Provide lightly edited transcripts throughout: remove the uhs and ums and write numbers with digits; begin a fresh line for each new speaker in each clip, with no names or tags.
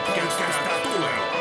Podcastista tulee.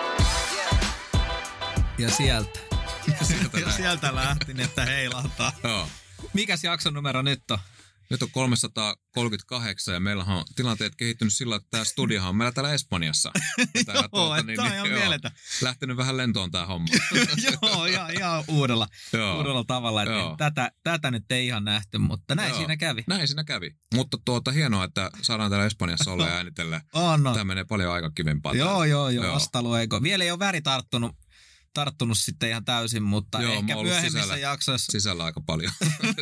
Ja sieltä lähti, että heilahtaa.
Joo.
Mikäs jakson numero nyt on?
Nyt on 338 ja meillä on tilanteet kehittynyt sillä, että tämä studiohan on meillä täällä Espanjassa.
Joo, tämä on ihan mieletön.
Lähtenyt vähän lentoon tämä homma.
Joo, ihan uudella tavalla. Tätä nyt ei ihan nähty, mutta näin siinä kävi.
Näin siinä kävi. Mutta hienoa, että saadaan täällä Espanjassa olla ja äänitellä. Tämä menee paljon aika kivempaa.
Joo. Vastalueiko. Vielä ei ole väri tarttunut sitten ihan täysin, mutta joo, ehkä myöhemmissä jaksoissa.
Sisällä aika paljon.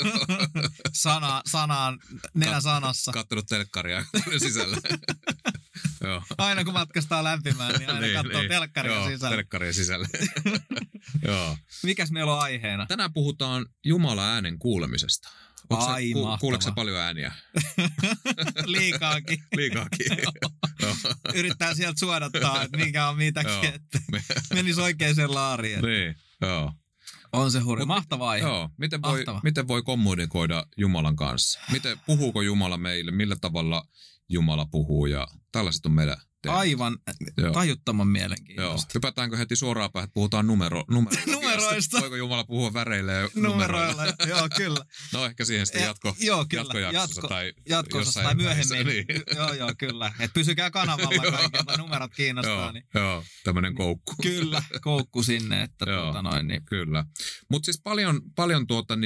Nenä sanassa.
Kattonut telkkaria sisällä. Joo.
Aina kun matkastaa lämpimään, niin aina katsoo telkkaria sisällä.
Telkkaria sisällä. Joo.
Mikäs meillä on aiheena?
Tänään puhutaan Jumalan äänen kuulemisesta. Kuuleeko sä paljon ääniä?
Liikaakin.
Joo.
Yrittää sieltä suodattaa, että mikä on mitäkin, että menisi oikeaan laariin.
Niin, joo.
On se hurja. Mahtava aihe.
Joo. Miten voi kommunikoida Jumalan kanssa? Puhuuko Jumala meille? Millä tavalla Jumala puhuu? Ja tällaiset on meidän teemat.
Aivan tajuttoman mielenkiintoista.
Joo. Hypätäänkö heti suoraan päin, että puhutaan numeroista? Voiko Jumala puhua väreillä ja numeroilla?
Joo, kyllä.
No ehkä siihen sitten jatkojaksossa tai
jatkossa tai myöhemmin. Niin. Joo, kyllä. Et pysykää kanavalla kaikilta, numerot kiinnostaa.
Joo, tämmöinen koukku.
Kyllä, koukku sinne. Että niin.
Kyllä. Mutta siis paljon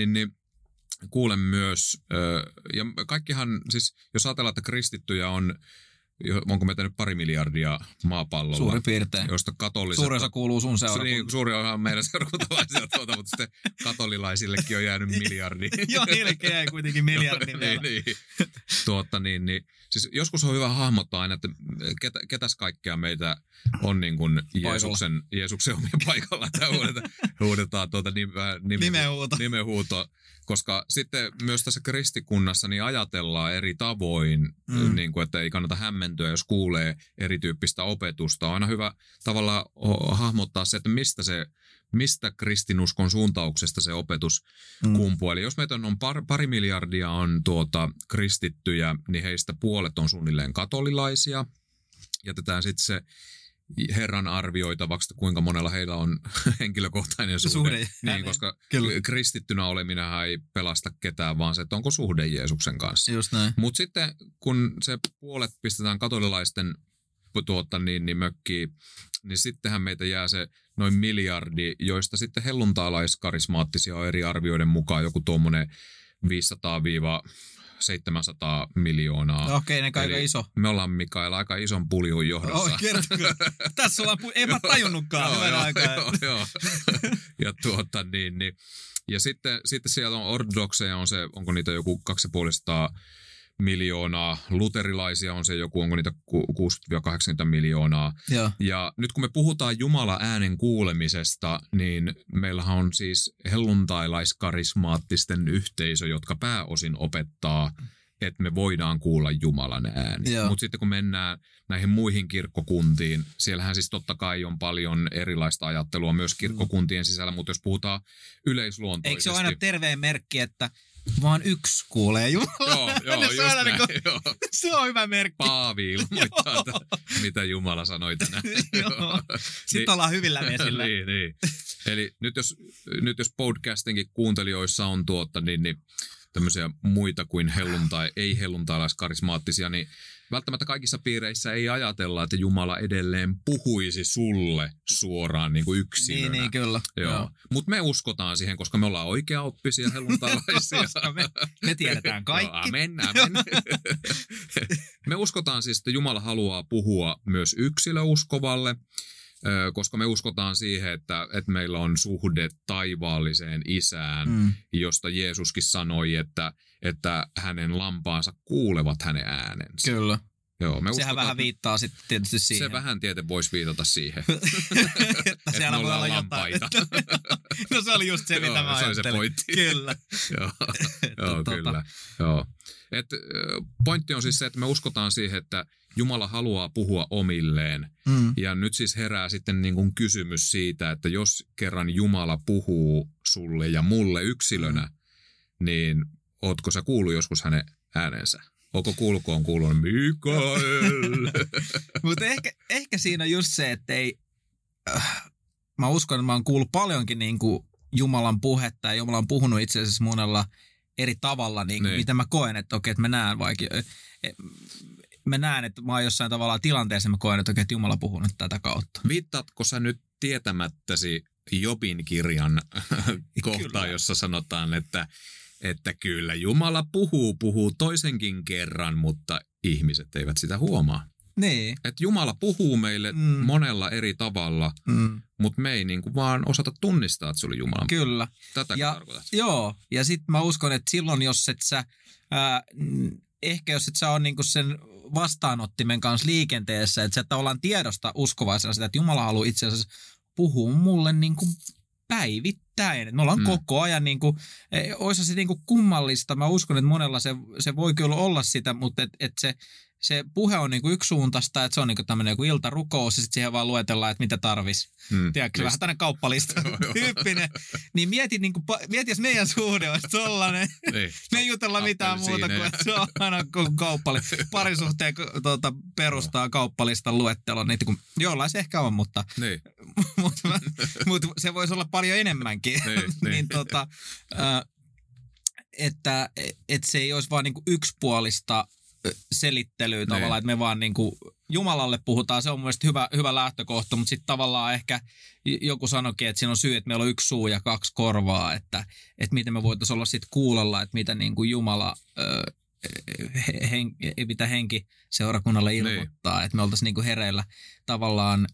kuulen myös, ja kaikkihan, siis jos ajatellaan, että kristittyjä onko meitä nyt 2 miljardia maapallolla?
Suurin piirtein.
Josta katoliset...
Suurin osa kuuluu sun seurakuntaan.
Niin, suurin osa on meidän seurakuntalaisia, mutta sitten katolilaisillekin on jäänyt miljardi.
Joo, niillekin jäi kuitenkin miljardi vielä.
niin. Siis joskus on hyvä hahmottaa aina, että ketäs kaikkea meitä on niin kuin Jeesuksen omia paikalla. Huudetaan nimenhuuto. Koska sitten myös tässä kristikunnassa niin ajatellaan eri tavoin, niin kuin, että ei kannata hämmentyä, jos kuulee erityyppistä opetusta. On aina hyvä tavallaan hahmottaa se, että mistä kristinuskon suuntauksesta se opetus kumpuaa. Eli jos meitä on 2 miljardia on kristittyjä, niin heistä puolet on suunnilleen katolilaisia. Jätetään sitten se Herran arvioitavaksi, kuinka monella heillä on henkilökohtainen suhde. Niin, koska kristittynä oleminenhan ei pelasta ketään, vaan se, että onko suhde Jeesuksen kanssa.
Just näin.
Mutta sitten, kun se puolet pistetään katolilaisten mökkiin, niin sittenhän meitä jää se noin miljardi, joista sitten helluntalaiskarismaattisia on eri arvioiden mukaan joku tuommoinen 500-700 miljoonaa.
Okei, ne aika iso.
Me ollaan Mikael aika ison puljun johdossa.
Tässä ollaan, en mä tajunnutkaan hyvän aikaa.
Joo. Ja ja sitten siellä on ortodokseja, onko niitä joku 250 miljoonaa, luterilaisia on se joku, onko niitä 60-80 miljoonaa. Ja nyt kun me puhutaan Jumalan äänen kuulemisesta, niin meillähän on siis helluntailaiskarismaattisten yhteisö, jotka pääosin opettaa, että me voidaan kuulla Jumalan ääni. Mutta sitten kun mennään näihin muihin kirkkokuntiin, siellähän siis totta kai on paljon erilaista ajattelua myös kirkkokuntien sisällä, mutta jos puhutaan yleisluontoisesti.
Eikö se ole aina terveen merkki, että vaan yksi kuulee Jumalaa?
Joo, just näin.
Se on hyvä merkki.
Paavi ilmoittaa, mitä Jumala sanoi tänään.
Sitten ollaan hyvillä vesillä.
niin. Eli nyt jos podcastinkin kuuntelijoissa on niin tämmöisiä muita kuin ei-helluntalaiskarismaattisia, niin välttämättä kaikissa piireissä ei ajatella, että Jumala edelleen puhuisi sulle suoraan niin kuin yksilönä.
Niin, kyllä.
Joo. Mutta me uskotaan siihen, koska me ollaan oikeaoppisia helluntalaisia.
me tiedetään kaikki.
Amen. Me uskotaan siis, että Jumala haluaa puhua myös yksilöuskovalle, koska me uskotaan siihen, että meillä on suhde taivaalliseen isään, josta Jeesuskin sanoi, että hänen lampaansa kuulevat hänen äänensä.
Kyllä.
Joo,
sehän vähän viittaa sitten tietysti siihen.
Se vähän voisi viitata siihen.
että siellä voi olla lampaita. No se oli just se, mitä mä ajattelin.
Se oli se pointti.
Kyllä.
Joo, kyllä. Joo. Pointti on siis se, että me uskotaan siihen, että Jumala haluaa puhua omilleen. Ja nyt siis herää sitten niin kuin kysymys siitä, että jos kerran Jumala puhuu sulle ja mulle yksilönä, niin ootko sä kuullut joskus hänen äänensä? Onko kulkoon kuulunut Mikael?
Mutta ehkä siinä on just se, että ei... Mä uskon, että mä oon kuullut paljonkin niin kuin Jumalan puhetta ja Jumala on puhunut itse asiassa monella eri tavalla, niin kuin, mitä mä koen, että okei, että mä näen vaikka... Mä näen, että mä oon jossain tavalla tilanteessa, mä koen, että okei, että Jumala puhuu nyt tätä kautta.
Viittaatko sä nyt tietämättäsi Jobin kirjan kohtaan, jossa sanotaan, että kyllä Jumala puhuu toisenkin kerran, mutta ihmiset eivät sitä huomaa.
Niin.
Että Jumala puhuu meille monella eri tavalla, mutta me ei niinku vaan osata tunnistaa, että se oli Jumalan.
Kyllä.
Tätä tarkoitat.
Joo, ja sitten mä uskon, että silloin, jos et sä... Ehkä jos et sä ole niinku sen vastaanottimen kanssa liikenteessä, että sä tavallaan tiedosta uskovaisena sitä, että Jumala haluaa itse asiassa puhua mulle niinku päivittäin. Me ollaan koko ajan niinku, oisa se niinku kummallista. Mä uskon, että monella se voi kyllä olla sitä, mutta se puhe on niinku yksisuuntaista, että se on niinku tämmöinen joku iltarukous ja sitten siihen vaan luetellaan, että mitä tarvisi. Tiedätkö, vähän tänne kauppalista tyyppinen. Niin mieti, jos meidän suhde olisi tollainen. Me ei jutella mitään muuta kuin, että se on aina kauppalista. Parisuhteen perustaa kauppalistan luettelon. Niitä kun jollain se ehkä on, mutta se voisi olla paljon enemmänkin. Niin että se ei olisi vaan niinku yksipuolista selittelyä tavallaan, että me vaan niinku Jumalalle puhutaan, se on mun mielestä hyvä lähtökohta, mutta sitten tavallaan ehkä joku sanoikin, että siinä on syy, että meillä on yksi suu ja kaksi korvaa, että miten me voitaisiin olla sitten kuulolla, että mitä niinku Jumala, mitä henki seurakunnalle ilmoittaa, että me oltaisiin niinku hereillä tavallaan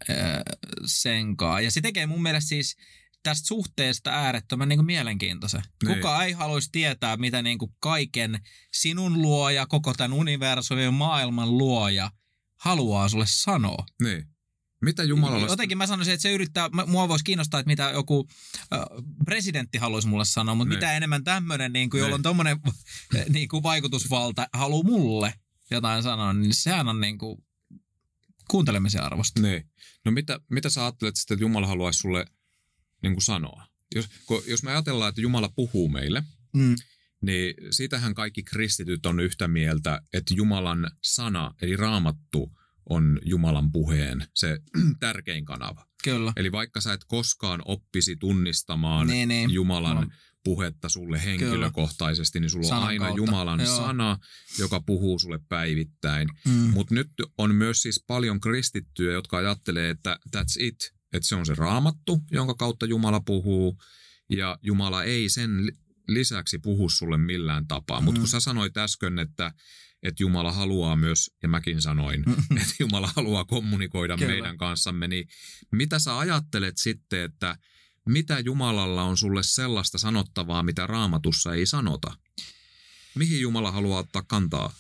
senkaan. Ja se tekee mun mielestä siis tästä suhteesta äärettömän niin kuin mielenkiintoisen. Kuka ei haluaisi tietää, mitä niin kuin kaiken sinun luoja, koko tämän universumin maailman luoja haluaa sulle sanoa.
Niin. Mitä Jumalalla...
Jotenkin mä sanoisin, että se yrittää, mua voisi kiinnostaa, että mitä joku presidentti haluaisi mulle sanoa, mutta mitä enemmän tämmöinen, niin kuin, jolla on tommoinen niin kuin vaikutusvalta, haluaa mulle jotain sanoa, niin sehän on niin kuin kuuntelemisen arvosta.
Niin. No mitä sä ajattelet sitten, että Jumala haluaisi sulle niin kuin sanoa? Jos me ajatellaan, että Jumala puhuu meille, niin siitähän kaikki kristityt on yhtä mieltä, että Jumalan sana, eli Raamattu, on Jumalan puheen se tärkein kanava.
Kyllä.
Eli vaikka sä et koskaan oppisi tunnistamaan Jumalan puhetta sulle henkilökohtaisesti, niin sulla on aina kautta. Jumalan sana, joka puhuu sulle päivittäin. Mutta nyt on myös siis paljon kristittyjä, jotka ajattelee, että that's it. Että se on se Raamattu, jonka kautta Jumala puhuu, ja Jumala ei sen lisäksi puhu sulle millään tapaa. Mutta kun sä sanoit äsken, että Jumala haluaa myös, ja mäkin sanoin, että Jumala haluaa kommunikoida meidän kanssamme, niin mitä sä ajattelet sitten, että mitä Jumalalla on sulle sellaista sanottavaa, mitä Raamatussa ei sanota? Mihin Jumala haluaa ottaa kantaa?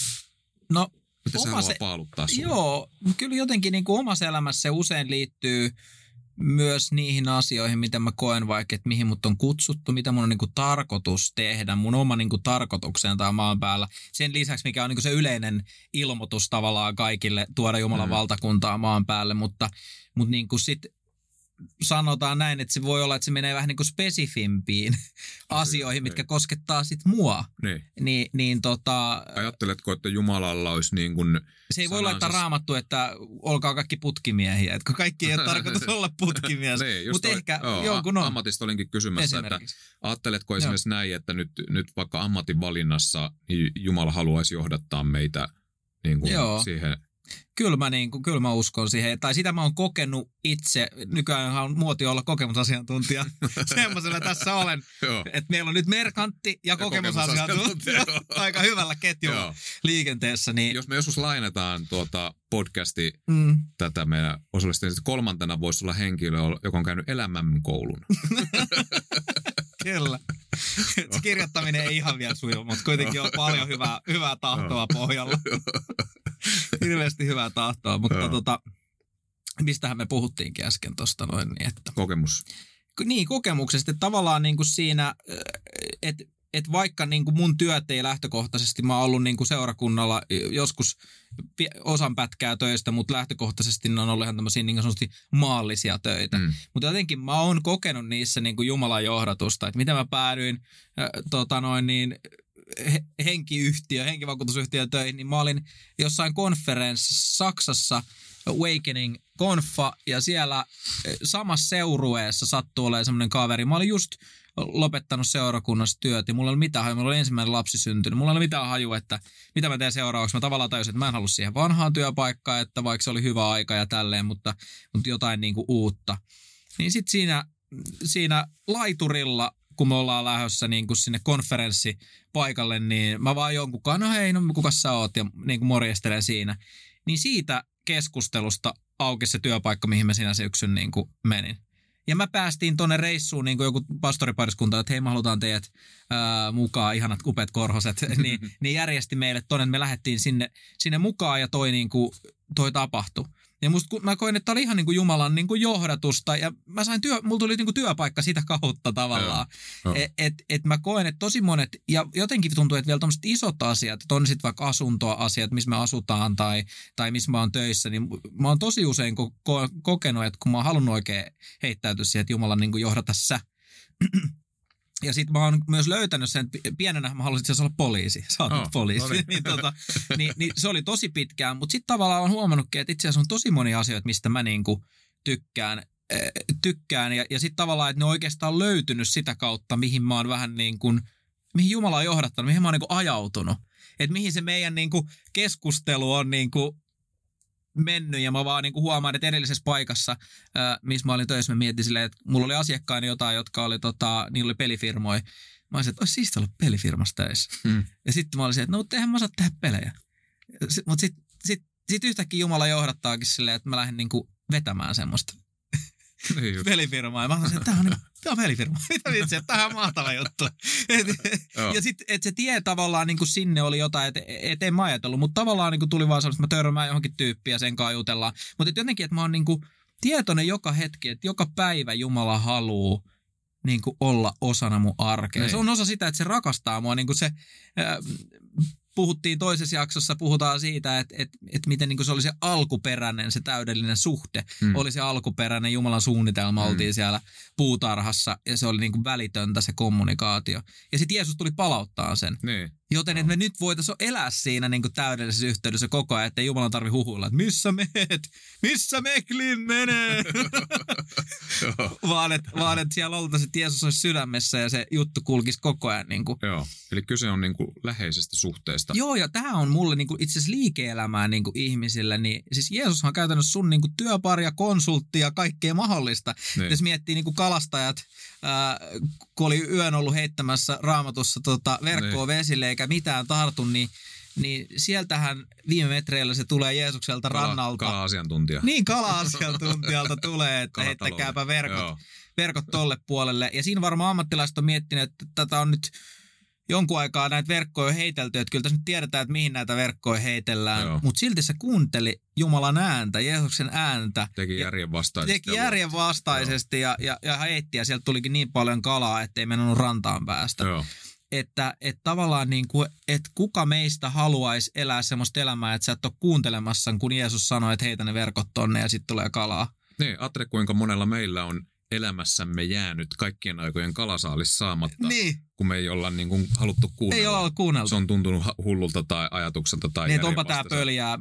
No,
mitä se haluaa paaluttaa sulle?
Joo, kyllä jotenkin niin kuin omassa elämässä se usein liittyy myös niihin asioihin, mitä mä koen vaikka, että mihin mut on kutsuttu, mitä mun on niin kuin tarkoitus tehdä, mun oma niin kuin tarkoitukseen tai maan päällä. Sen lisäksi, mikä on niin kuin se yleinen ilmoitus tavallaan kaikille tuoda Jumalan valtakuntaa maan päälle, mutta niin kuin sit sanotaan näin, että se voi olla, että se menee vähän niin kuin spesifimpiin asioihin, mitkä koskettaa sit mua. Niin.
Ajatteletko, että Jumalalla olisi niin kuin...
Se ei voi laittaa Raamattu, että olkaa kaikki putkimiehiä, että kaikki ei ole tarkoitus olla putkimies. Mutta ehkä jonkun on.
Ammatista olinkin kysymässä, että ajatteletko esimerkiksi näin, että nyt vaikka ammatin valinnassa niin Jumala haluaisi johdattaa meitä niin kuin siihen...
Kyllä mä uskon siihen. Tai sitä mä oon kokenut itse. Nykyään on muoti olla kokemusasiantuntija. Semmoisella tässä olen. Että meillä on nyt merkantti ja kokemusasiantuntija. Aika hyvällä ketjulla liikenteessä. Niin...
Jos me joskus lainataan podcasti tätä meidän osallistujia, niin kolmantena voisi olla henkilö, joka on käynyt elämänkoulun.
Kyllä. Se kirjoittaminen ei ihan vielä suju, mutta kuitenkin on paljon hyvää tahtoa pohjalla. Hirveästi hyvää tahtoa, mutta mistähän me puhuttiinkin äsken tuosta noin. Niin että,
kokemus.
Niin, kokemuksesta. Että tavallaan niin kuin siinä, että vaikka niin kuin mun työt ei lähtökohtaisesti, mä oon ollut niin kuin seurakunnalla joskus osan pätkää töistä, mutta lähtökohtaisesti ne on ollut ihan tämmöisiä niin sanotusti maallisia töitä. Mutta jotenkin mä oon kokenut niissä niin kuin Jumalan johdatusta, että miten mä päädyin henkivakuutusyhtiön töihin, niin mä olin jossain konferenssissa Saksassa, Awakening-konfa, ja siellä samassa seurueessa sattui olemaan semmoinen kaveri. Mä olin just lopettanut seurakunnassa työt, ja mulla ei ollut mitään hajua. Mulla oli ensimmäinen lapsi syntynyt. Mulla ei ollut mitään hajua, että mitä mä teen seuraavaksi. Mä tavallaan tajusin, että mä en halua siihen vanhaan työpaikkaan, että vaikka se oli hyvä aika ja tälleen, mutta jotain niinku uutta. Niin sit siinä laiturilla, kun me ollaan lähdössä niin kuin sinne konferenssipaikalle, niin mä vaan jonkun kanssa, no hei, no kukas sä oot, ja niin kuin morjestelen siinä. Niin siitä keskustelusta aukesi se työpaikka, mihin mä siinä syksyn niin kuin menin. Ja mä päästiin tonne reissuun, niin kuin joku pastoripariskunta, että hei, me halutaan teidät mukaan, ihanat upeat korhoset, niin järjesti meille tonne, että me lähdettiin sinne mukaan, ja toi tapahtui. Ja mä koin, että oli ihan niin kuin Jumalan niin kuin johdatusta, ja mä sain mulla tuli niin kuin työpaikka sitä kautta tavallaan. Et mä koen, että tosi monet, ja jotenkin tuntuu, että vielä tommoset isot asiat, että on sitten vaikka asuntoasiat, missä me asutaan tai missä mä oon töissä, niin mä oon tosi usein kokenut, että kun mä oon halunnut oikein heittäytyä siihen, että Jumalan niin kuin johdata sä. Ja sitten mä oon myös löytänyt sen, että pienenä mä halusin itse asiassa olla poliisi. Sä oot poliisi. Niin se oli tosi pitkään, mutta sitten tavallaan on huomannutkin, että itse asiassa on tosi monia asioita, mistä mä niinku tykkään. Ja sitten tavallaan, että ne oikeastaan on löytynyt sitä kautta, mihin mä oon vähän niin kuin, mihin Jumala on johdattanut, mihin mä oon niinku ajautunut. Että mihin se meidän niinku keskustelu on niinku mennyt, ja mä vaan niinku huomaan, että edellisessä paikassa, missä mä olin töissä, mä mietin silleen, että mulla oli asiakkaina jotain, jotka oli, niillä oli pelifirmoja. Mä olisin, että olisi siistiä olla pelifirmassa töissä. Ja sitten mä olisin, että no, eihän mä saa tehdä pelejä. Mutta sitten yhtäkkiä Jumala johdattaakin silleen, että mä lähden niinku vetämään semmoista pelifirmaa. Ja mä sanoin, että tämä on pelifirma. Mitä vitsi, että tämä on mahtava juttu. Ja sitten, että se tie tavallaan niin kuin sinne oli jotain, että en mä ajatellut, mutta tavallaan niin kuin tuli vaan sellaista, että mä törmään johonkin tyyppiä ja sen kanssa jutellaan. Mutta jotenkin, että mä oon niin kuin tietoinen joka hetki, että joka päivä Jumala haluaa niin kuin olla osana mun arkea. Se on osa sitä, että se rakastaa mua, niin kuin se... Puhuttiin toisessa jaksossa, puhutaan siitä, että miten niin se oli se alkuperäinen, se täydellinen suhde. Oli se alkuperäinen Jumalan suunnitelma, oltiin siellä puutarhassa, ja se oli niin kuin välitöntä se kommunikaatio. Ja sitten Jeesus tuli palauttaa sen. Niin. Joten että me nyt voitaisiin elää siinä niin kuin täydellisessä yhteydessä koko ajan, ettei Jumalan tarvitse huhuilla, että missä meet, missä Meklin menee. vaan että siellä oltaisiin, että Jeesus olisi sydämessä ja se juttu kulkisi koko ajan. Niin kuin.
Joo, eli kyse on niin kuin läheisestä suhteesta.
Joo, ja tämä on mulle niin kuin itse asiassa liike-elämää niin kuin ihmisille. Niin, siis Jeesushan on käytännössä sun niin kuin työparia, konsulttia ja kaikkea mahdollista. Niin. Jos miettii niin kuin kalastajat, kun oli yön ollut heittämässä Raamatussa verkkoa vesille eikä mitään tartu, niin sieltähän viime metreillä se tulee Jeesukselta rannalta.
Kala-asiantuntija.
Niin, kala-asiantuntijalta tulee, että heittäkääpä verkot tolle puolelle. Ja siinä varmaan ammattilaiset on miettinyt, että tätä on nyt jonkun aikaa näitä verkkoja heitelty, että kyllä tässä nyt tiedetään, että mihin näitä verkkoja heitellään. Mutta silti se kuunteli Jumalan ääntä, Jeesuksen ääntä.
Teki järjen vastaisesti.
Ja heitti, ja sieltä tulikin niin paljon kalaa, ettei mennnyt rantaan päästä.
Joo.
Että tavallaan niin kuin, että kuka meistä haluaisi elää semmoista elämää, että sä et ole kuuntelemassa, kun Jeesus sanoi, että heitä ne verkot tonne ja sitten tulee kalaa.
Niin, ajattele kuinka monella meillä on elämässämme jäänyt kaikkien aikojen kalasaalis saamatta, kun me ei olla niin kuin haluttu kuunnella.
Ei olla kuunneltu.
Se on tuntunut hullulta tai ajatukselta tai
niin, onpa tää pöljää.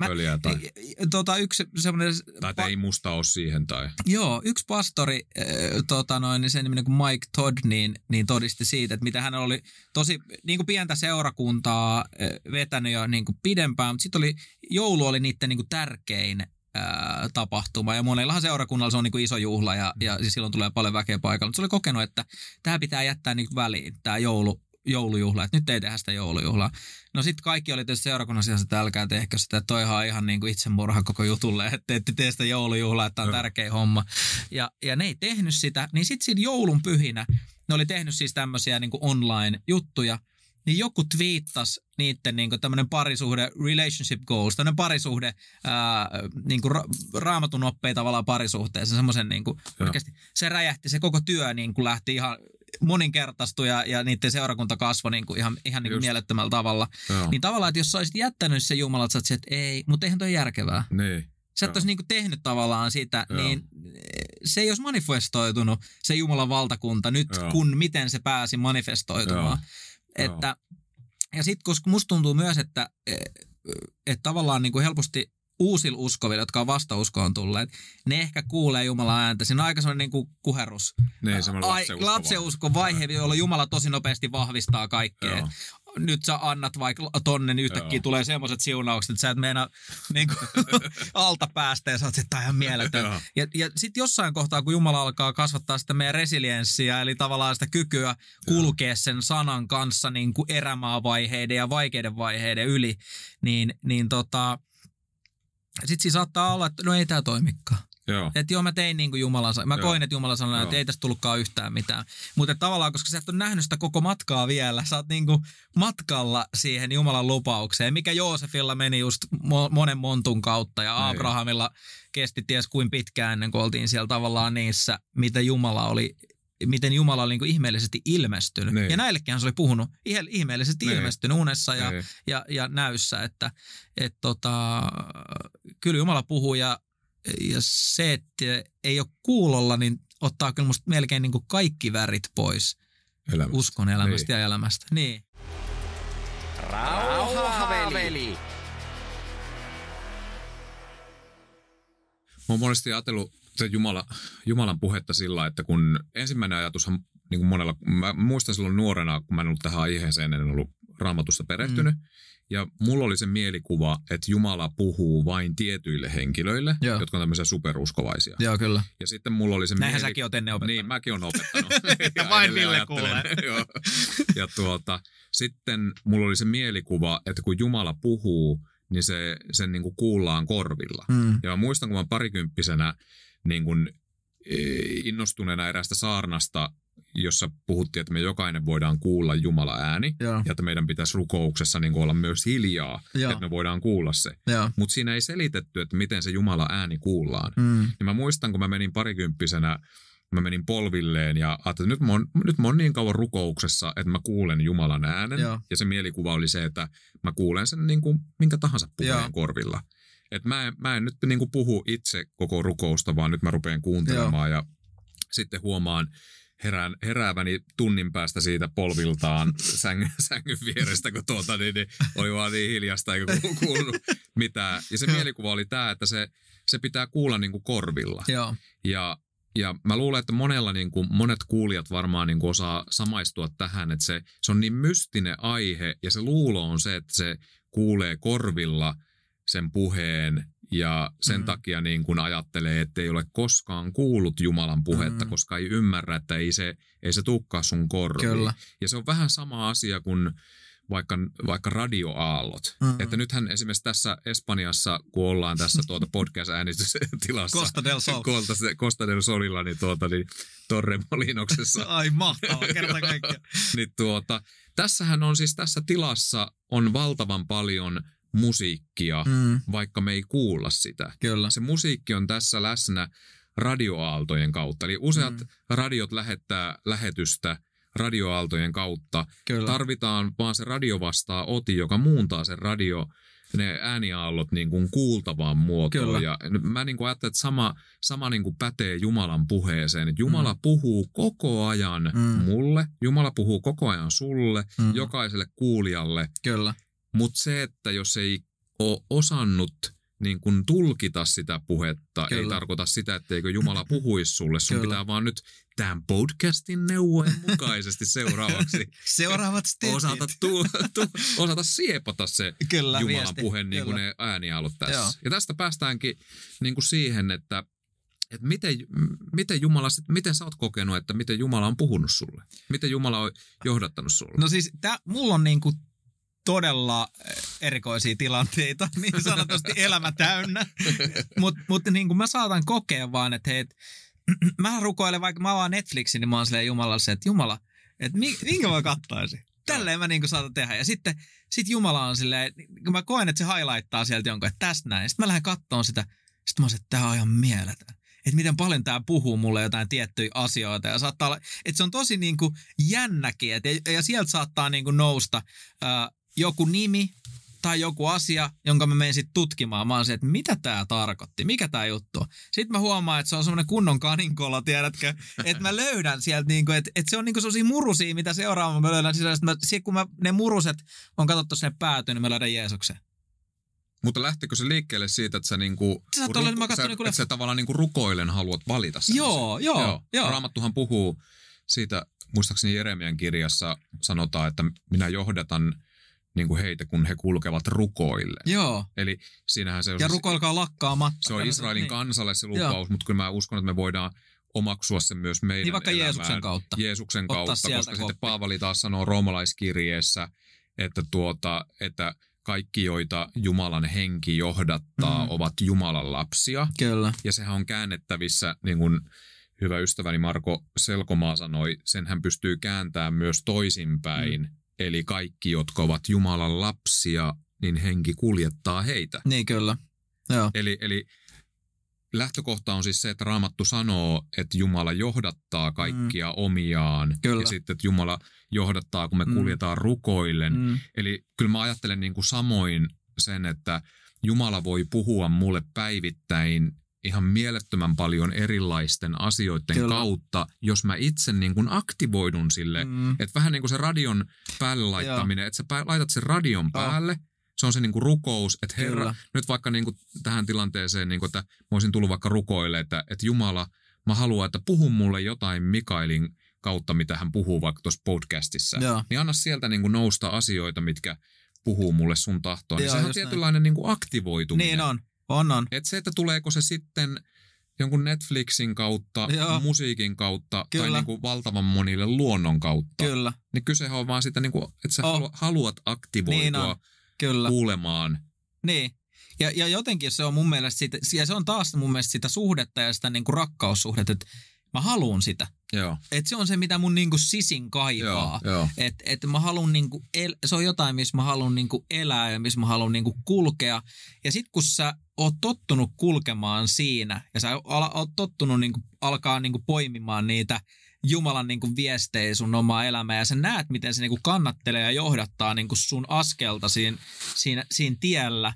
Tai,
yksi semmoinen...
Tai ei musta ole siihen tai...
Joo, yksi pastori, niin sen niminen kuin Mike Todd, niin todisti siitä, että mitä hänellä oli tosi niin kuin pientä seurakuntaa vetänyt jo niin kuin pidempään, mutta sitten joulu oli niiden niin kuin tärkein tapahtuma. Ja monellahan seurakunnalla se on niin kuin iso juhla ja silloin tulee paljon väkeä paikalla. Mutta se oli kokenut, että tämä pitää jättää niin väliin, tämä joulujuhla, että nyt ei tehdä sitä joulujuhlaa. No sitten kaikki oli tietysti seurakunnassa, että älkää tehkö sitä, että toihan on ihan niin kuin itsemurha koko jutulle, että ette tee sitä joulujuhlaa, että on tärkeä homma. Ja ne ei tehnyt sitä, niin sitten siinä joulun pyhinä, ne oli tehnyt siis tämmöisiä niin kuin online-juttuja, niin joku twiittasi niiden niin tämmöinen parisuhde, relationship goals, tämmöinen parisuhde, niin raamatun oppei tavallaan parisuhteessa, semmoisen niin oikeasti se räjähti, se koko työ niin kuin lähti ihan moninkertaistui ja niiden seurakunta kasvoi niin kuin ihan niin kuin mielettömällä tavalla. Joo. Niin tavallaan, että jos sä olisit jättänyt se Jumala, että sä olisit, että ei, mutta eihän toi järkevää.
Niin.
Sä et olisi niin kuin tehnyt tavallaan sitä, niin se ei olisi manifestoitunut se Jumalan valtakunta nyt, kun miten se pääsi manifestoitumaan. Ja sitten koska musta tuntuu myös, että tavallaan niin kuin helposti uusilla uskovilla, jotka on vasta uskoon tulleet, ne ehkä kuulee Jumalan ääntä. Siinä on aika sellainen niin kuin kuherus.
Niin, semmoinen
lapseuskon vaihe, jolla Jumala tosi nopeasti vahvistaa kaikkea. Joo. Nyt sä annat vaikka tonne, niin yhtäkkiä tulee semmoiset siunaukset, että sä et meinaa niin alta päästä ja sä oot, että tämä on ihan mieletön. Ja sitten jossain kohtaa, kun Jumala alkaa kasvattaa sitä meidän resilienssiä, eli tavallaan sitä kykyä kulkea sen sanan kanssa niin kuin erämaavaiheiden ja vaikeiden vaiheiden yli, niin sitten siinä saattaa olla, että no ei tämä toimikaan. Että joo, mä tein niin kuin Jumalan sanoi. Mä koin, että Jumala sanoi, että ei tästä tullutkaan yhtään mitään. Mutta tavallaan, koska sä et ole nähnyt sitä koko matkaa vielä, sä oot niin kuin matkalla siihen Jumalan lupaukseen, mikä Joosefilla meni just monen montun kautta ja Abrahamilla kesti ties kuin pitkään ennen kuin oltiin siellä tavallaan niissä, miten Jumala oli niin kuin ihmeellisesti ilmestynyt. Niin. Ja näillekinhän se oli puhunut ihmeellisesti ilmestynyt unessa ja näyssä, että kyllä Jumala puhuu ja se, että ei ole kuulolla, niin ottaa kyllä musta melkein niin kuin kaikki värit pois uskon elämästä ja elämästä. Niin.
Rauhaveli.
Mä oon monesti ajatellut Jumalan puhetta sillä, että kun ensimmäinen ajatushan niin kuin monella, mä muistan silloin nuorena, kun mä en ollut tähän aiheeseen, en ollut Raamatusta perehtynyt. Ja mulla oli se mielikuva, että Jumala puhuu vain tietyille henkilöille, jotka on tämmöisiä superuskovaisia.
Joo, kyllä.
Ja sitten mulla oli se
näinhän säkin oot ennen opettanut.
Niin, mäkin oon opettanut.
ja vain Ville kuulee.
Ja sitten mulla oli se mielikuva, että kun Jumala puhuu, niin sen niin kuin kuullaan korvilla. Ja mä muistan, kun mä parikymppisenä niin kuin innostuneena eräästä saarnasta, jossa puhuttiin, että me jokainen voidaan kuulla Jumalan ääni ja että meidän pitäisi rukouksessa niin kuin olla myös hiljaa, että me voidaan kuulla se. Mutta siinä ei selitetty, että miten se Jumalan ääni kuullaan. Ja mä muistan, kun mä menin parikymppisenä, mä menin polvilleen ja ajattelin, että nyt mä oon niin kauan rukouksessa, että mä kuulen Jumalan äänen. Ja se mielikuva oli se, että mä kuulen sen niin kuin minkä tahansa puheen korvilla. Että mä en nyt niin kuin puhu itse koko rukousta, vaan nyt mä rupean kuuntelemaan ja sitten huomaan herääväni tunnin päästä siitä polviltaan sängyn vierestä, kun niin oli vaan niin hiljasta eikä kuulunut mitään. Ja se mielikuva oli tämä, että se pitää kuulla niin kuin korvilla. Ja mä luulen, että monet kuulijat varmaan niin kuin osaa samaistua tähän, että se on niin mystinen aihe ja se luulo on se, että se kuulee korvilla sen puheen ja sen takia niin kun ajattelee, että ei ole koskaan kuullut Jumalan puhetta, koska ei ymmärrä, että ei se tukkaa sun korviin. Kyllä. Ja se on vähän sama asia kuin vaikka radioaallot. Että nythän esimerkiksi tässä Espanjassa, kun ollaan tässä podcast-äänitystilassa Costa del Solilla, niin Torremolinoksessa.
Ai mahtavaa, kerta kaikkiaan.
niin tässähän on siis tässä tilassa on valtavan paljon musiikkia, vaikka me ei kuulla sitä.
Kyllä.
Se musiikki on tässä läsnä radioaaltojen kautta. Eli useat radiot lähettää lähetystä radioaaltojen kautta. Kyllä. Tarvitaan vaan se radiovastaa-oti, joka muuntaa sen ne ääniaallot niin kuin kuultavaan muotoon. Kyllä. Ja mä niin kuin ajattelen, että sama niin kuin pätee Jumalan puheeseen. Että Jumala puhuu koko ajan mulle, Jumala puhuu koko ajan sulle, jokaiselle kuulijalle.
Kyllä.
Mutta se, että jos ei ole osannut niin kun tulkita sitä puhetta, ei tarkoita sitä, etteikö Jumala puhuisi sulle. Sun pitää vaan nyt tämän podcastin neuvojen mukaisesti seuraavaksi
seuraavat
osata siepata se Jumalan puhe, niin kuin ne ääniaallot tässä. Joo. Ja tästä päästäänkin niin kuin siihen, että miten sä oot kokenut, että miten Jumala on puhunut sulle? Miten Jumala on johdattanut sulle?
No siis mulla on niin kuin todella erikoisia tilanteita, niin sanotusti elämä täynnä. Mutta niin kuin mä saatan kokea vaan, että hei, mä rukoilen, vaikka mä avaan Netflixin, niin mä oon silleen Jumalalle se, että Jumala, että minkä mä kattaisin? Tälleen mä niin kuin saatan tehdä. Ja sitten Jumala on silleen, kun mä koen, että se highlighttaa sieltä jonkun, että tästä näin. Sitten mä lähden kattoon sitä, sitten mä oon se, että tää on ihan mieletön. Että miten paljon tää puhuu mulle jotain tiettyjä asioita. Ja saattaa olla, että se on tosi niin kuin jännäkin. Ja sieltä saattaa niin kuin nousta joku nimi tai joku asia, jonka mä menen sitten tutkimaan. Mä oon se, että mitä tää tarkoitti, mikä tää juttu on. Sitten mä huomaan, että se on semmoinen kunnon kaninkolo, tiedätkö, että mä löydän sieltä, niinku, että se on niinku sellaisia murusia, mitä seuraavaan mä löydän sisällä. Kun ne muruset on katsottu sinne päätyyn, niin mä löydän Jeesuksen.
Mutta lähtikö se liikkeelle siitä, että sä niinku, että sä tavallaan niinku rukoilen haluat valita sen?
Joo.
Raamattuhan puhuu siitä, muistaakseni Jeremian kirjassa sanotaan, että minä johdatan niinku heitä, kun he kulkevat rukoille.
Joo.
Eli siinähän se on...
Ja rukoilkaa lakkaamatta.
Se on Israelin kansalle se lupaus, mutta kyllä mä uskon, että me voidaan omaksua sen myös meidän
niin vaikka
elämään.
Jeesuksen kautta,
koska sitten Paavali taas sanoo roomalaiskirjeessä, että kaikki, joita Jumalan henki johdattaa, ovat Jumalan lapsia.
Kyllä.
Ja sehän on käännettävissä, niin kuin hyvä ystäväni Marko Selkomaa sanoi, sen hän pystyy kääntämään myös toisinpäin. Eli kaikki, jotka ovat Jumalan lapsia, niin henki kuljettaa heitä.
Niin kyllä, joo.
Eli lähtökohta on siis se, että Raamattu sanoo, että Jumala johdattaa kaikkia omiaan.
Kyllä.
Ja sitten, että Jumala johdattaa, kun me kuljetaan rukoillen. Eli kyllä mä ajattelen niin kuin samoin sen, että Jumala voi puhua mulle päivittäin ihan mielettömän paljon erilaisten asioiden kautta, jos mä itse niin kuin aktivoidun sille. Että vähän niin kuin se radion päälle laittaminen, että sä laitat sen radion päälle. Se on se niin kuin rukous, että Herra, nyt vaikka niin kuin tähän tilanteeseen, niin kuin, että mä olisin tullut vaikka rukoille, että Jumala, mä haluan, että puhu mulle jotain Mikaelin kautta, mitä hän puhuu vaikka tuossa podcastissa. Joo. Niin anna sieltä niin kuin nousta asioita, mitkä puhuu mulle sun tahtoa. Niin sehän on tietynlainen niin kuin aktivoituminen.
Niin on.
Että se, että tuleeko se sitten jonkun Netflixin kautta, musiikin kautta tai niin kuin valtavan monille luonnon kautta.
Kyllä.
Niin kysehän on vaan sitä, niin kuin, että sä haluat aktivoitua kuulemaan.
Niin. Ja jotenkin se on mun mielestä sitä, ja se on taas mun mielestä sitä suhdetta ja sitä niinku rakkaussuhdetta, että mä haluun sitä.
Joo.
Että se on se, mitä mun niinku sisin kaipaa. Että mä haluun niinku, se on jotain, missä mä haluun niinku elää ja missä mä haluun niinku kulkea. Ja sit kun sä oot tottunut kulkemaan siinä ja sä oot tottunut niinku, alkaa niinku poimimaan niitä Jumalan niin kuin viestejä sun omaa elämää ja sä näet, miten se niin kuin kannattelee ja johdattaa niin kuin sun askelta siinä tiellä,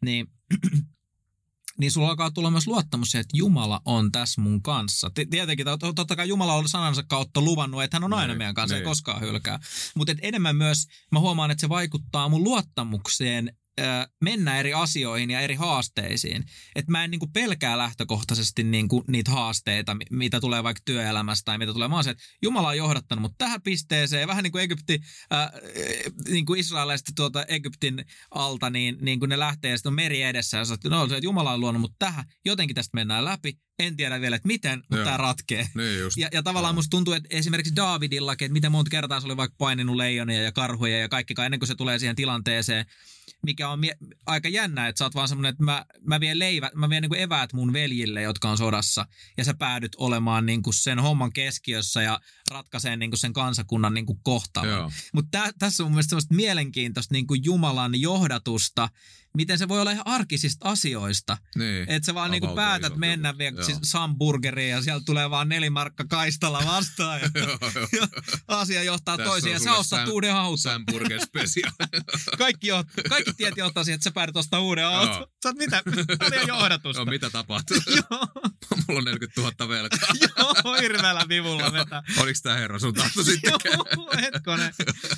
niin sulla alkaa tulla myös luottamus siihen, että Jumala on tässä mun kanssa. Tietenkin, totta kai Jumala on sanansa kautta luvannut, että hän on aina meidän kanssa, ei koskaan hylkää. Mutta enemmän myös mä huomaan, että se vaikuttaa mun luottamukseen mennä eri asioihin ja eri haasteisiin. Että mä en niinku pelkää lähtökohtaisesti niinku niitä haasteita, mitä tulee vaikka työelämästä tai mitä tulee. Mä oon se, että Jumala on johdattanut mut tähän pisteeseen. Vähän niin kuin niinku israelaiset Egyptin alta, niin kun ne lähtee ja sitten on meri edessä ja sanoo, no, että Jumala on luonut mut tähän. Jotenkin tästä mennään läpi. En tiedä vielä, että miten, mutta tämä ratkee.
Niin
ja tavallaan musta tuntuu, että esimerkiksi Daavidillakin, että miten monta kertaa se oli vaikka paininut leijonia ja karhuja ja kaikki, ennen kuin se tulee siihen tilanteeseen, mikä on aika jännä, että sä oot vaan semmoinen, että mä vien niin kuin eväät mun veljille, jotka on sodassa, ja sä päädyt olemaan niin kuin sen homman keskiössä ja ratkaisee niin kuin sen kansakunnan niin kuin kohtalon. Mutta tässä on mun mielestä semmoista mielenkiintoista niin kuin Jumalan johdatusta, miten se voi olla ihan arkisista asioista.
Niin.
Että sä vaan niinku päätät mennä Samburgeriin ja sieltä tulee vaan 4 markka kaistalla vastaan. Ja asia johtaa toisiin ja sä ostat uuden auton.
Samburger special.
Kaikki tiet johtaa siihen, että sä päädyt ostaa uuden auton. Sä oot mitä? Paljon johdatusta.
No mitä tapahtuu? Mulla on 40 000 velkaa.
Joo, hirveällä vivulla vetää.
Oliko tää herra sun tahto sittenkään?
Joo, hetkonen.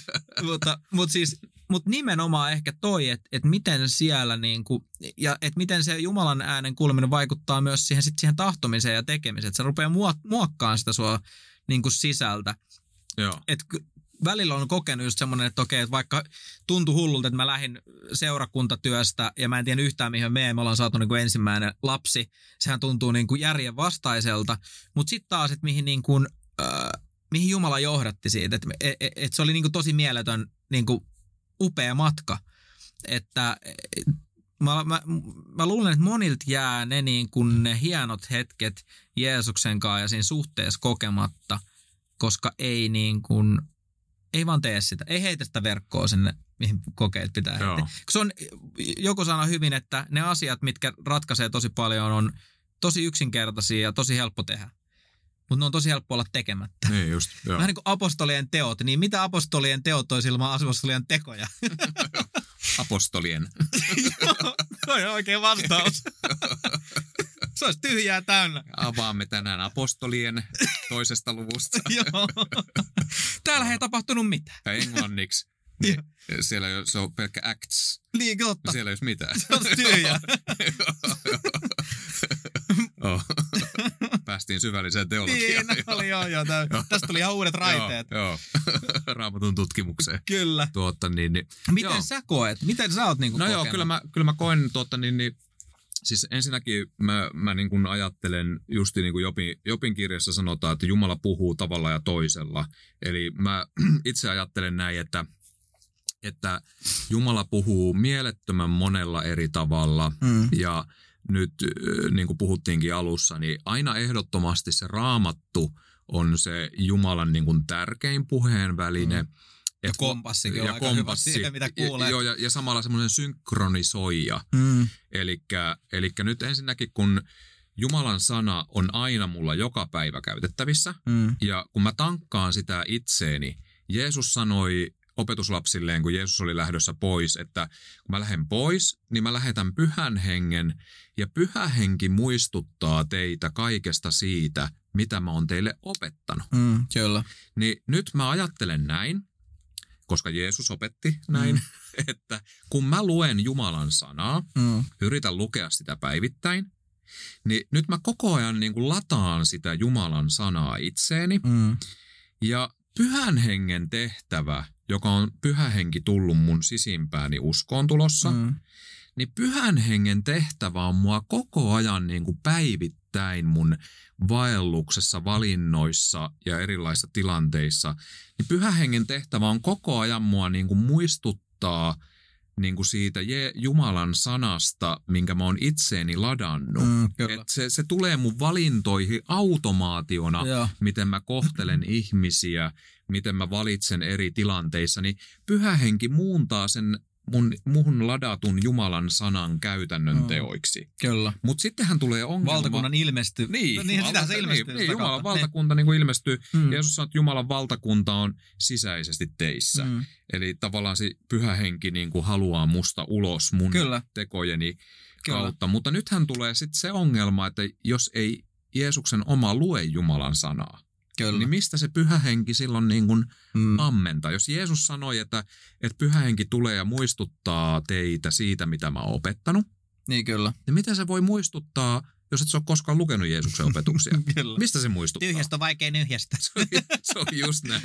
Mutta nimenomaan ehkä toi, että miten siellä niinku, ja että miten se Jumalan äänen kuuleminen vaikuttaa myös siihen tahtomiseen ja tekemiseen. Että se rupeaa muokkaamaan sitä sua niinku sisältä.
Joo.
Että välillä on kokenut just semmoinen, että okei, että vaikka tuntui hullulta, että mä lähdin seurakuntatyöstä ja mä en tiedä yhtään mihin me ollaan saatu niinku ensimmäinen lapsi. Sehän tuntuu niinku järjen vastaiselta. Mutta sitten taas, että mihin Jumala johdatti siitä. Että se oli niinku tosi mieletön niinku upea matka. Että mä luulen, että monilta jää ne hienot hetket Jeesuksen kanssa ja siinä suhteessa kokematta, koska ei vaan tee sitä. Ei heitä sitä verkkoa sinne, mihin kokeet pitää heittää. Joku sanoi hyvin, että ne asiat, mitkä ratkaisee tosi paljon, on tosi yksinkertaisia ja tosi helppo tehdä. Mutta ne on tosi helppo olla tekemättä.
Niin just,
vähän niin kuin apostolien teot. Niin mitä apostolien teot olisi ilman apostolien tekoja?
Apostolien.
Toi on oikein vastaus. Se olisi tyhjää täynnä.
Avaamme tänään apostolien 2. luvusta.
Joo. Täällä ei tapahtunut mitään.
Ja englanniksi. Siellä se on pelkkä acts.
Niin, totta.
Siellä ei olisi mitään.
Se on tyhjää.
Päästiin syvälliseen teologiaan.
Niin, oli joo. Tästä tuli ihan uudet raiteet.
Joo. Raamatun tutkimukseen.
Kyllä. Miten sä koet? Miten sä oot niinku kokenut?
Joo, kyllä mä koen siis ensinnäkin mä niin kuin ajattelen, just niin kuin Jobin kirjassa sanotaan, että Jumala puhuu tavalla ja toisella. Eli mä itse ajattelen näin, että Jumala puhuu mielettömän monella eri tavalla. Ja nyt niin kuin puhuttiinkin alussa, niin aina ehdottomasti se Raamattu on se Jumalan niin kuin tärkein puheen väline.
Ja kompassikin on aika hyvä siihen, mitä kuulee.
Joo, ja samalla semmoinen synkronisoija. Elikkä nyt ensinnäkin, kun Jumalan sana on aina mulla joka päivä käytettävissä, ja kun mä tankkaan sitä itseeni, Jeesus sanoi opetuslapsilleen, kun Jeesus oli lähdössä pois, että kun mä lähden pois, niin mä lähetän Pyhän Hengen, ja Pyhä Henki muistuttaa teitä kaikesta siitä, mitä mä oon teille opettanut.
Kyllä.
Niin nyt mä ajattelen näin, koska Jeesus opetti näin, että kun mä luen Jumalan sanaa, yritän lukea sitä päivittäin, niin nyt mä koko ajan niin kuin lataan sitä Jumalan sanaa itseeni. Ja Pyhän Hengen tehtävä, joka on Pyhä Henki tullut mun sisimpääni uskoon tulossa, niin Pyhän Hengen tehtävä on mua koko ajan niin kuin päivittäin mun vaelluksessa, valinnoissa ja erilaisissa tilanteissa. Niin Pyhän Hengen tehtävä on koko ajan mua niin kuin muistuttaa niin kuin siitä Jumalan sanasta, minkä mä oon itseeni ladannut. Että se tulee mun valintoihin automaationa, miten mä kohtelen ihmisiä, miten mä valitsen eri tilanteissa. Niin Pyhä Henki muuntaa sen muhun ladatun Jumalan sanan käytännön teoiksi.
Kyllä.
Mutta sittenhän tulee ongelma.
Valtakunnan ilmestyy.
Niin,
sitä se ilmestyy.
Niin, Jumalan valtakunta niin kuin ilmestyy. Jeesus sanoo, että Jumalan valtakunta on sisäisesti teissä. Eli tavallaan se Pyhä Henki niin kuin haluaa musta ulos mun tekojeni kautta. Mutta nythän tulee sitten se ongelma, että jos ei Jeesuksen oma lue Jumalan sanaa, niin mistä se Pyhä Henki silloin niin kuin ammentaa? Jos Jeesus sanoi, että Pyhä Henki tulee ja muistuttaa teitä siitä, mitä mä oon opettanut,
niin kyllä.
Niin miten se voi muistuttaa, jos et sä ole koskaan lukenut Jeesuksen opetuksia? Mistä se muistuttaa?
Tyhjästä on vaikea nyhjästä.
Se on just näin.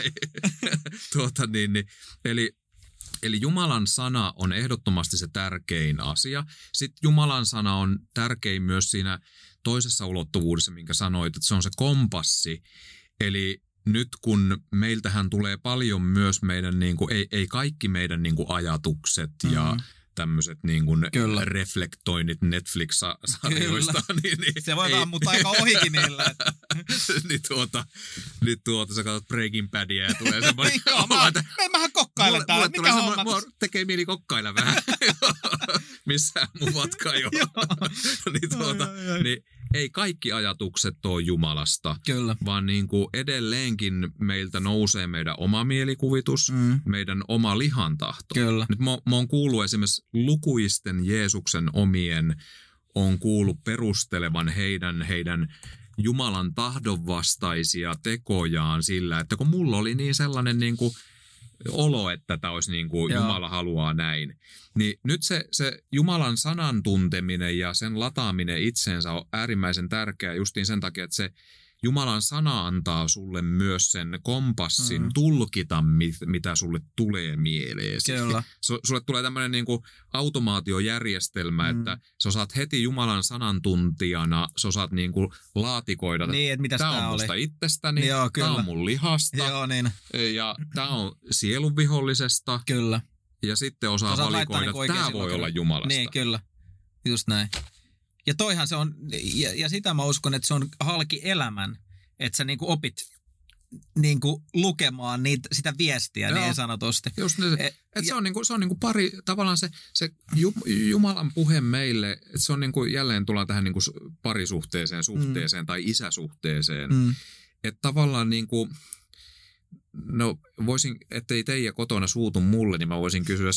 Eli Jumalan sana on ehdottomasti se tärkein asia. Sitten Jumalan sana on tärkein myös siinä toisessa ulottuvuudessa, minkä sanoit, että se on se kompassi. Eli nyt kun meiltähän tulee paljon myös meidän, niin kuin, ei kaikki meidän niin kuin ajatukset ja tämmöiset niin kuin reflektoinnit Netflix-sarjoista. Niin,
se voi ammuttaa aika ohikin niillä.
niin sä katsot Breaking Badia ja tulee semmoinen...
Mähän kokkailen täällä. Mikä homma?
Mulla tekee mieli kokkailla vähän. Missään mun matka ei ole. Niin ei kaikki ajatukset ole Jumalasta, vaan niin kuin edelleenkin meiltä nousee meidän oma mielikuvitus, meidän oma lihantahto. Nyt mä oon kuullut esimerkiksi lukuisten Jeesuksen omien, on kuullut perustelevan heidän Jumalan tahdonvastaisia tekojaan sillä, että kun mulla oli niin sellainen niin kuin olo, että tämä olisi niin kuin Jumala haluaa näin. Niin nyt se Jumalan sanan tunteminen ja sen lataaminen itseensä on äärimmäisen tärkeää justiin sen takia, että se Jumalan sana antaa sulle myös sen kompassin tulkita, mitä sulle tulee mieleesi. Sulle tulee tämmöinen niin kuin automaatiojärjestelmä, että sä osaat heti Jumalan sanan tuntijana, sä osaat niin kuin laatikoida,
niin, että
tämä on musta itsestäni, tämä on mun lihasta, ja tämä on sielun vihollisesta.
Kyllä.
Ja sitten osaa valikoida, että tämä voi olla Jumalasta.
Niin, kyllä. Just näin. Ja toihan se on, ja sitä mä uskon, että se on halki elämän, että sä niinku opit niinku lukemaan sitä viestiä niin sanotusti.
Just se on niinku pari, tavallaan se Jumalan puhe meille, että se on niinku, jälleen tullaan tähän niinku parisuhteeseen tai isäsuhteeseen. Että tavallaan niinku, No voisin, ettei teijä kotona suutu mulle, niin mä voisin kysyä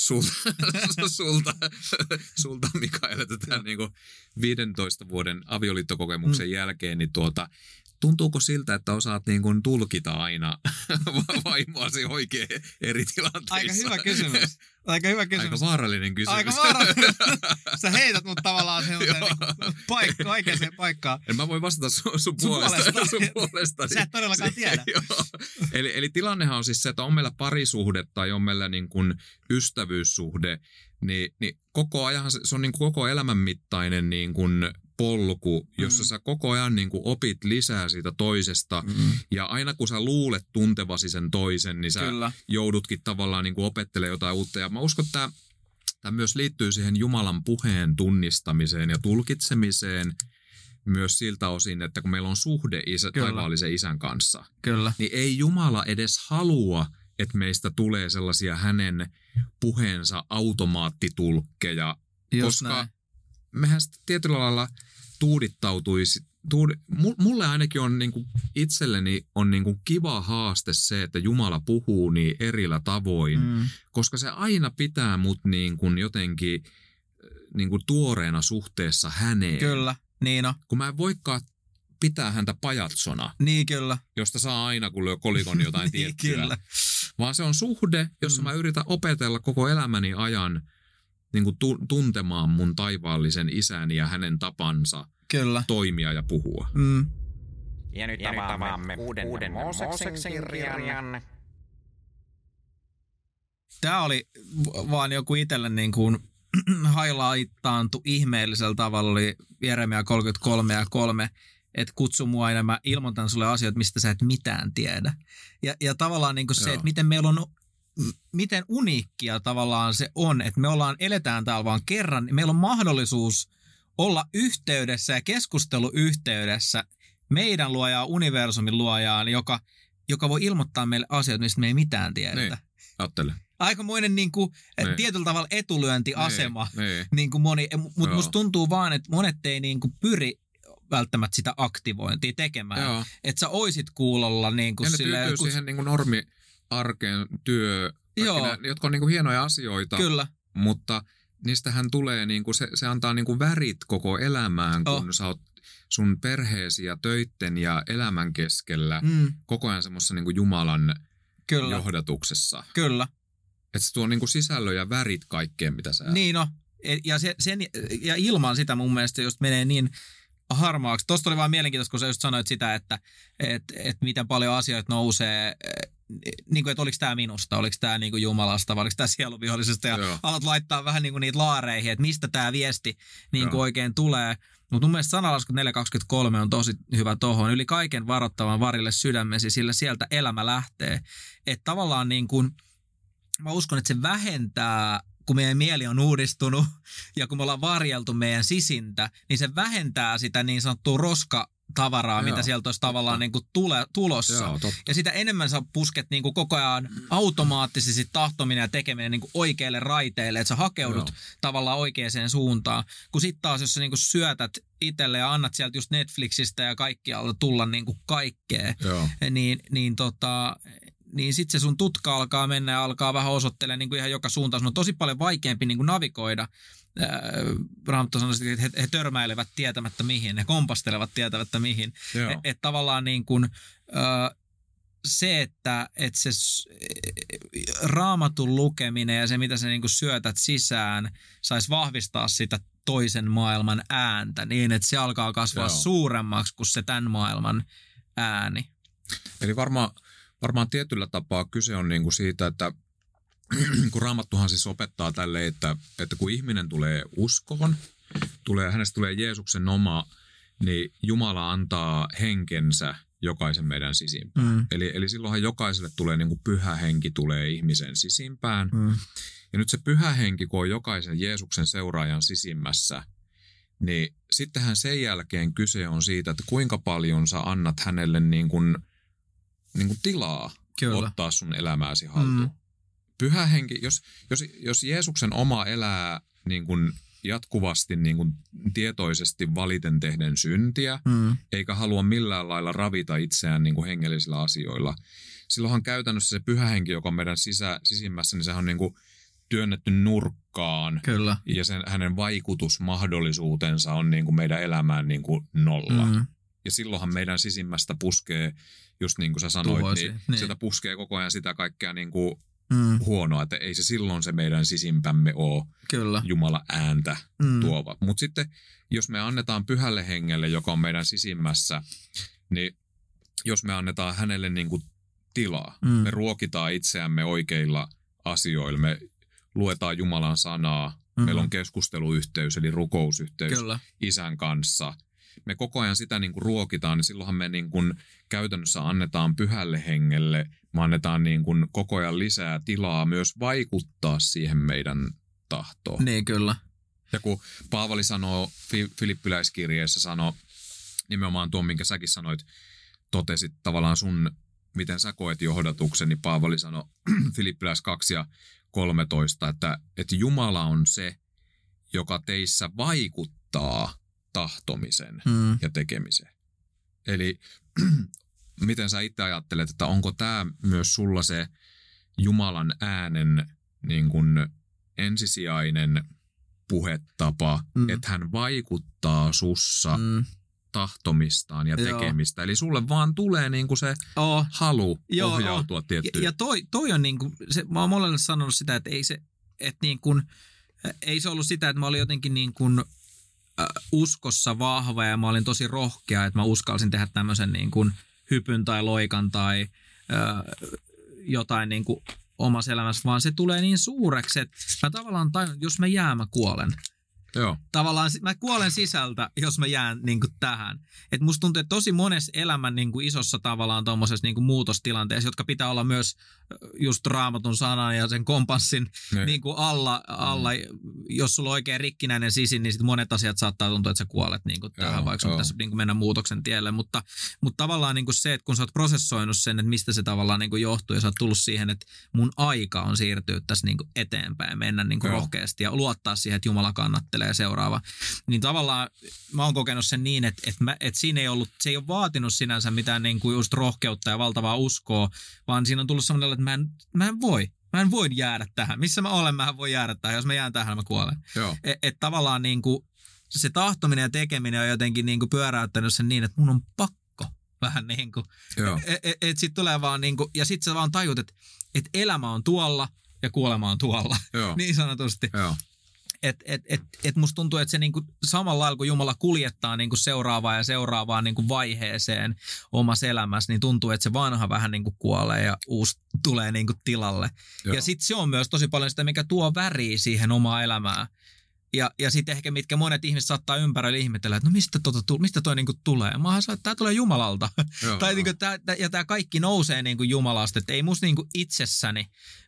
sulta Mikael, että tämän niin 15 vuoden avioliittokokemuksen jälkeen, niin tuntuuko siltä, että osaat niin kuin tulkita aina vaimoasi oikein eri tilanteissa?
Aika hyvä kysymys.
Aika vaarallinen kysymys.
Aika vaarallinen. Sä heität mut tavallaan semmoiseen oikeaan paikkaan.
En mä voi vastata sun puolesta.
Sä et todellakaan tiedä.
Eli tilannehan on siis se, että on meillä parisuhde tai on meillä niin kuin ystävyyssuhde, niin koko ajan se on niin kuin koko elämän mittainen niin kuin polku, jossa sä koko ajan niin kuin opit lisää siitä toisesta. Ja aina kun sä luulet tuntevasi sen toisen, niin sä joudutkin tavallaan niin kuin opettelemaan jotain uutta. Ja mä uskon, että tämä myös liittyy siihen Jumalan puheen tunnistamiseen ja tulkitsemiseen myös siltä osin, että kun meillä on suhde taivaallisen isän kanssa, niin ei Jumala edes halua, että meistä tulee sellaisia hänen puheensa automaattitulkkeja, koska näin. Mehän sitten tietyllä lailla tuudittautuisi. Mulle ainakin on niin kuin itselleni on niin kuin kiva haaste se, että Jumala puhuu niin erillä tavoin, koska se aina pitää mut niin kuin jotenkin niin kuin tuoreena suhteessa häneen.
Kyllä, niin on.
Kun mä en voikaan pitää häntä pajatsona,
niin kyllä,
josta saa aina, kun lyö kolikon jotain tiettyä. Kyllä. Vaan se on suhde, jossa mä yritän opetella koko elämäni ajan niin kuin tuntemaan mun taivaallisen isäni ja hänen tapansa toimia ja puhua.
Ja nyt avaamme uuden Mooseksen kirjan.
Tämä oli vaan joku itselle niin kuin highlightaantu ihmeellisellä tavalla, oli Jeremia 33:3, että kutsu mua ja mä ilmoitan sulle asioita, mistä sä et mitään tiedä. Ja tavallaan niin kuin se, että miten meillä on miten uniikkia tavallaan se on, että me eletään täällä vaan kerran, niin meillä on mahdollisuus olla yhteydessä ja keskusteluyhteydessä meidän luojaan, universumin luojaan, joka voi ilmoittaa meille asioita, mistä me ei mitään tiedetä.
Niin, ajattele.
Aikamoinen niin kuin, tietyllä tavalla etulyöntiasema, niin kuin mutta musta tuntuu vaan, että monet ei niin kuin pyri välttämättä sitä aktivointia tekemään. Että sä oisit kuulolla niin kuin
silleen. Ja ne tyytyy siihen niin kuin arkeen työ, jotka on niin kuin hienoja asioita, mutta niistähän tulee, niin kuin se antaa niin kuin värit koko elämään, kun sä oot sun perheesi ja töitten ja elämän keskellä koko ajan semmoisessa niin kuin Jumalan johdatuksessa.
Kyllä.
Että se tuo niin kuin sisällön ja värit kaikkeen, mitä sä...
Niin no, ja ilman sitä mun mielestä just menee niin harmaaksi. Tuosta oli vaan mielenkiintoista, kun sä just sanoit sitä, että miten paljon asioita nousee, niin kuin, että oliko tämä minusta, oliko tämä niin kuin Jumalasta, vai oliko tämä sieluvihollisesta, ja alat laittaa vähän niin kuin niitä laareihin, että mistä tämä viesti niin kuin oikein tulee. Mutta mun mielestä sanalaskut 4.23 on tosi hyvä tohon. Yli kaiken varoittavan varille sydämesi, sillä sieltä elämä lähtee. Että tavallaan niin kuin, mä uskon, että se vähentää, kun meidän mieli on uudistunut ja kun me ollaan varjeltu meidän sisintä, niin se vähentää sitä niin sanottua roskatavaraa, mitä sieltä olisi tavallaan niin kuin tulossa. Ja sitä enemmän sä pusket niin kuin koko ajan automaattisesti tahtominen ja tekeminen niin kuin oikeille raiteille, että sä hakeudut tavallaan oikeaan suuntaan. Kun sitten taas, jos sä niin kuin syötät itselle ja annat sieltä just Netflixistä ja kaikkialta tulla niin kuin kaikkea, niin sitten se sun tutka alkaa mennä ja alkaa vähän osoittelemaan niin kuin ihan joka suuntaan. Se on tosi paljon vaikeampi niin kuin navigoida. Raamattu sanoi, että he törmäilevät tietämättä mihin, he kompastelevat tietämättä mihin. Että tavallaan niin kuin, se, että se Raamatun lukeminen ja se, mitä sä niin kuin syötät sisään, saisi vahvistaa sitä toisen maailman ääntä niin, että se alkaa kasvaa suuremmaksi kuin se tämän maailman ääni.
Eli varmaan tietyllä tapaa kyse on niin kuin siitä, että kun Raamattuhan siis opettaa tälleen, että kun ihminen tulee uskoon, hänestä tulee Jeesuksen oma, niin Jumala antaa henkensä jokaisen meidän sisimpään. Eli silloinhan jokaiselle tulee niin kuin pyhä henki tulee ihmisen sisimpään. Ja nyt se pyhä henki, kun on jokaisen Jeesuksen seuraajan sisimmässä, niin sittenhän sen jälkeen kyse on siitä, että kuinka paljon sä annat hänelle niin kuin tilaa ottaa sun elämääsi haltuun. Pyhä henki, jos Jeesuksen oma elää niin kuin jatkuvasti niin kuin tietoisesti valiten tehden syntiä, eikä halua millään lailla ravita itseään niin kuin hengellisillä asioilla. Silloinhan käytännössä se pyhä henki, joka on meidän sisimmässä, niin sehän on niin kuin työnnetty nurkkaan.
Kyllä.
Ja hänen vaikutusmahdollisuutensa on niin kuin meidän elämään niin kuin nolla. Ja silloinhan meidän sisimmästä puskee, just niin kuin sä sanoit, niin sieltä puskee koko ajan sitä kaikkea niin kuin huonoa, että ei se silloin se meidän sisimpämme ole
Kyllä.
Jumala ääntä tuova. Mutta sitten jos me annetaan pyhälle hengelle, joka on meidän sisimmässä, niin jos me annetaan hänelle niin kuin tilaa, me ruokitaan itseämme oikeilla asioilla, me luetaan Jumalan sanaa, meillä on keskusteluyhteys eli rukousyhteys
Kyllä.
Isän kanssa. Me koko ajan sitä niin kuin ruokitaan, niin silloinhan me niin kuin käytännössä annetaan pyhälle hengelle, me annetaan niin kuin koko ajan lisää tilaa myös vaikuttaa siihen meidän tahtoon.
Niin, kyllä.
Ja kun Paavali sanoo, Filippiläiskirjeessä sanoo nimenomaan tuon, minkä säkin sanoit, totesit tavallaan sun, miten sä koet johdatuksen, niin Paavali sanoi Filippiläis 2 ja 13, että Jumala on se, joka teissä vaikuttaa tahtomisen ja tekemisen. Eli miten sä itse ajattelet, että onko tämä myös sulla se Jumalan äänen niin kuin ensisijainen puhetapa, että hän vaikuttaa sussa tahtomistaan ja tekemistä. Eli sulle vaan tulee niin kuin se halu ohjautua tiettyyn.
Ja toi on niin kuin, mä oon monelle sanonut sitä, että ei se ollut sitä, että mä olin jotenkin niin kuin uskossa vahva ja mä olin tosi rohkea, että mä uskalsin tehdä tämmöisen niin kuin hypyn tai loikan tai jotain niin kuin omassa elämässä, vaan se tulee niin suureksi, että mä tavallaan tajun, jos mä jään, mä kuolen.
Joo.
Tavallaan mä kuolen sisältä, jos mä jään niin kuin tähän. Et musta tuntuu, että tosi monessa elämän niin kuin isossa tavallaan tuommoisessa niin kuin muutostilanteessa, jotka pitää olla myös just Raamatun sanan ja sen kompassin niin kuin alla. Jos sulla on oikein rikkinäinen sisin, niin sit monet asiat saattaa tuntua, että sä kuolet niin kuin tähän, vaikka sun pitäisi niin kuin mennä muutoksen tielle. Mutta tavallaan niin kuin se, että kun sä oot prosessoinut sen, että mistä se tavallaan niin kuin johtuu ja sä oot tullut siihen, että mun aika on siirtyä tässä niin kuin eteenpäin ja mennä niin kuin rohkeasti ja luottaa siihen, että Jumala kannattelee seuraava. Niin tavallaan mä oon kokenut sen niin, että siinä se ei ole vaatinut sinänsä mitään niin kuin just rohkeutta ja valtavaa uskoa, vaan siinä on tullut sellainen, että mä en voi jäädä tähän. Missä mä olen, mä en voi jäädä tähän. Jos mä jään tähän, mä kuolen. Että tavallaan niin kuin se tahtominen ja tekeminen on jotenkin niin kuin pyöräyttänyt sen niin, että mun on pakko vähän niin kuin. Että sit tulee vaan niin kuin, ja sit sä vaan tajut, että elämä on tuolla ja kuolema on tuolla. Niin sanotusti. Et musta tuntuu, että se niinku samalla lailla kun Jumala kuljettaa niinku seuraavaan niinku vaiheeseen omassa elämässä, niin tuntuu, että se vanha vähän niinku kuolee ja uusi tulee niinku tilalle. Ja sitten se on myös tosi paljon sitä, mikä tuo väriä siihen omaa elämään. Ja sitten ehkä mitkä monet ihmiset saattaa ympärillä ihmetellä, että no mistä toi niinku tulee? Mä oon sanonut, että tää tulee Jumalalta. Tai niinku tää kaikki nousee niinku Jumalasta, että ei musta niinku itsessäni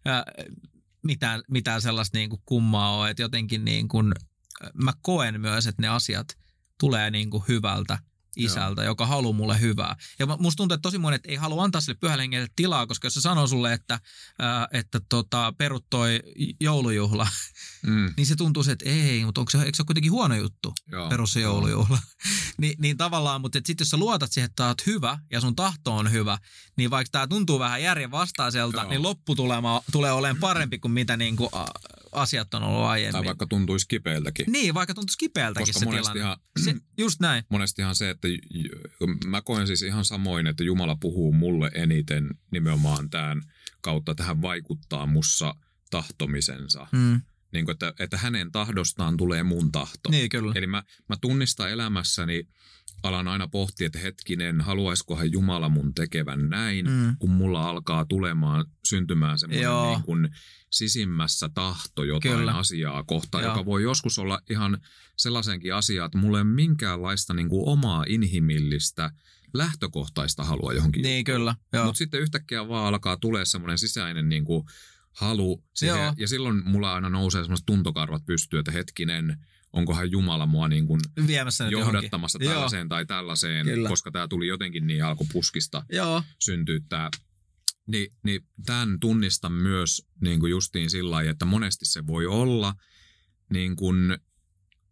mitään sellaista niin kuin kummaa ole, että jotenkin niin kuin, mä koen myös, että ne asiat tulee niin kuin hyvältä isältä, joka haluaa mulle hyvää. Ja musta tuntuu, että tosi monet ei halua antaa sille pyhälle hengelle tilaa, koska jos se sanoo sulle, että perut toi joulujuhla, niin se tuntuu se, että ei, mutta eikö se ole kuitenkin huono juttu, perus se joulujuhla. niin tavallaan, mutta sitten jos sä luotat siihen, että oot hyvä ja sun tahto on hyvä, niin vaikka tää tuntuu vähän järjenvastaiselta, niin lopputulema tulee olemaan parempi kuin mitä niinku asiat on ollut aiemmin.
Tai vaikka tuntuisi kipeältäkin.
Niin, vaikka tuntuisi kipeältäkin
koska
se tilanne. Just näin.
Monestihan se, että mä koen siis ihan samoin, että Jumala puhuu mulle eniten nimenomaan tämän kautta, että hän vaikuttaa mussa tahtomisensa. Niin kuin, että hänen tahdostaan tulee mun tahto.
Niin, kyllä.
Eli mä tunnistan elämässäni, alan aina pohtia, että hetkinen, haluaisikohan Jumala mun tekevän näin, kun mulla alkaa syntymään semmoinen niin kuin sisimmässä tahto jotain asiaa kohtaan, joka voi joskus olla ihan sellaisenkin asiaa, että mulla ei ole minkäänlaista niin kuin omaa inhimillistä lähtökohtaista halua johonkin.
Niin, kyllä.
Mutta sitten yhtäkkiä vaan alkaa tulee semmoinen sisäinen niin kuin halu siihen, ja silloin mulla aina nousee semmoiset tuntokarvat pystyyn, että hetkinen, onkohan Jumala mua niin kuin johdattamassa tällaiseen tai tällaiseen, koska tämä tuli jotenkin niin alkupuskista syntyä tämä. Niin tämän tunnistan myös niin kuin justiin sillä lailla, että monesti se voi olla niin kuin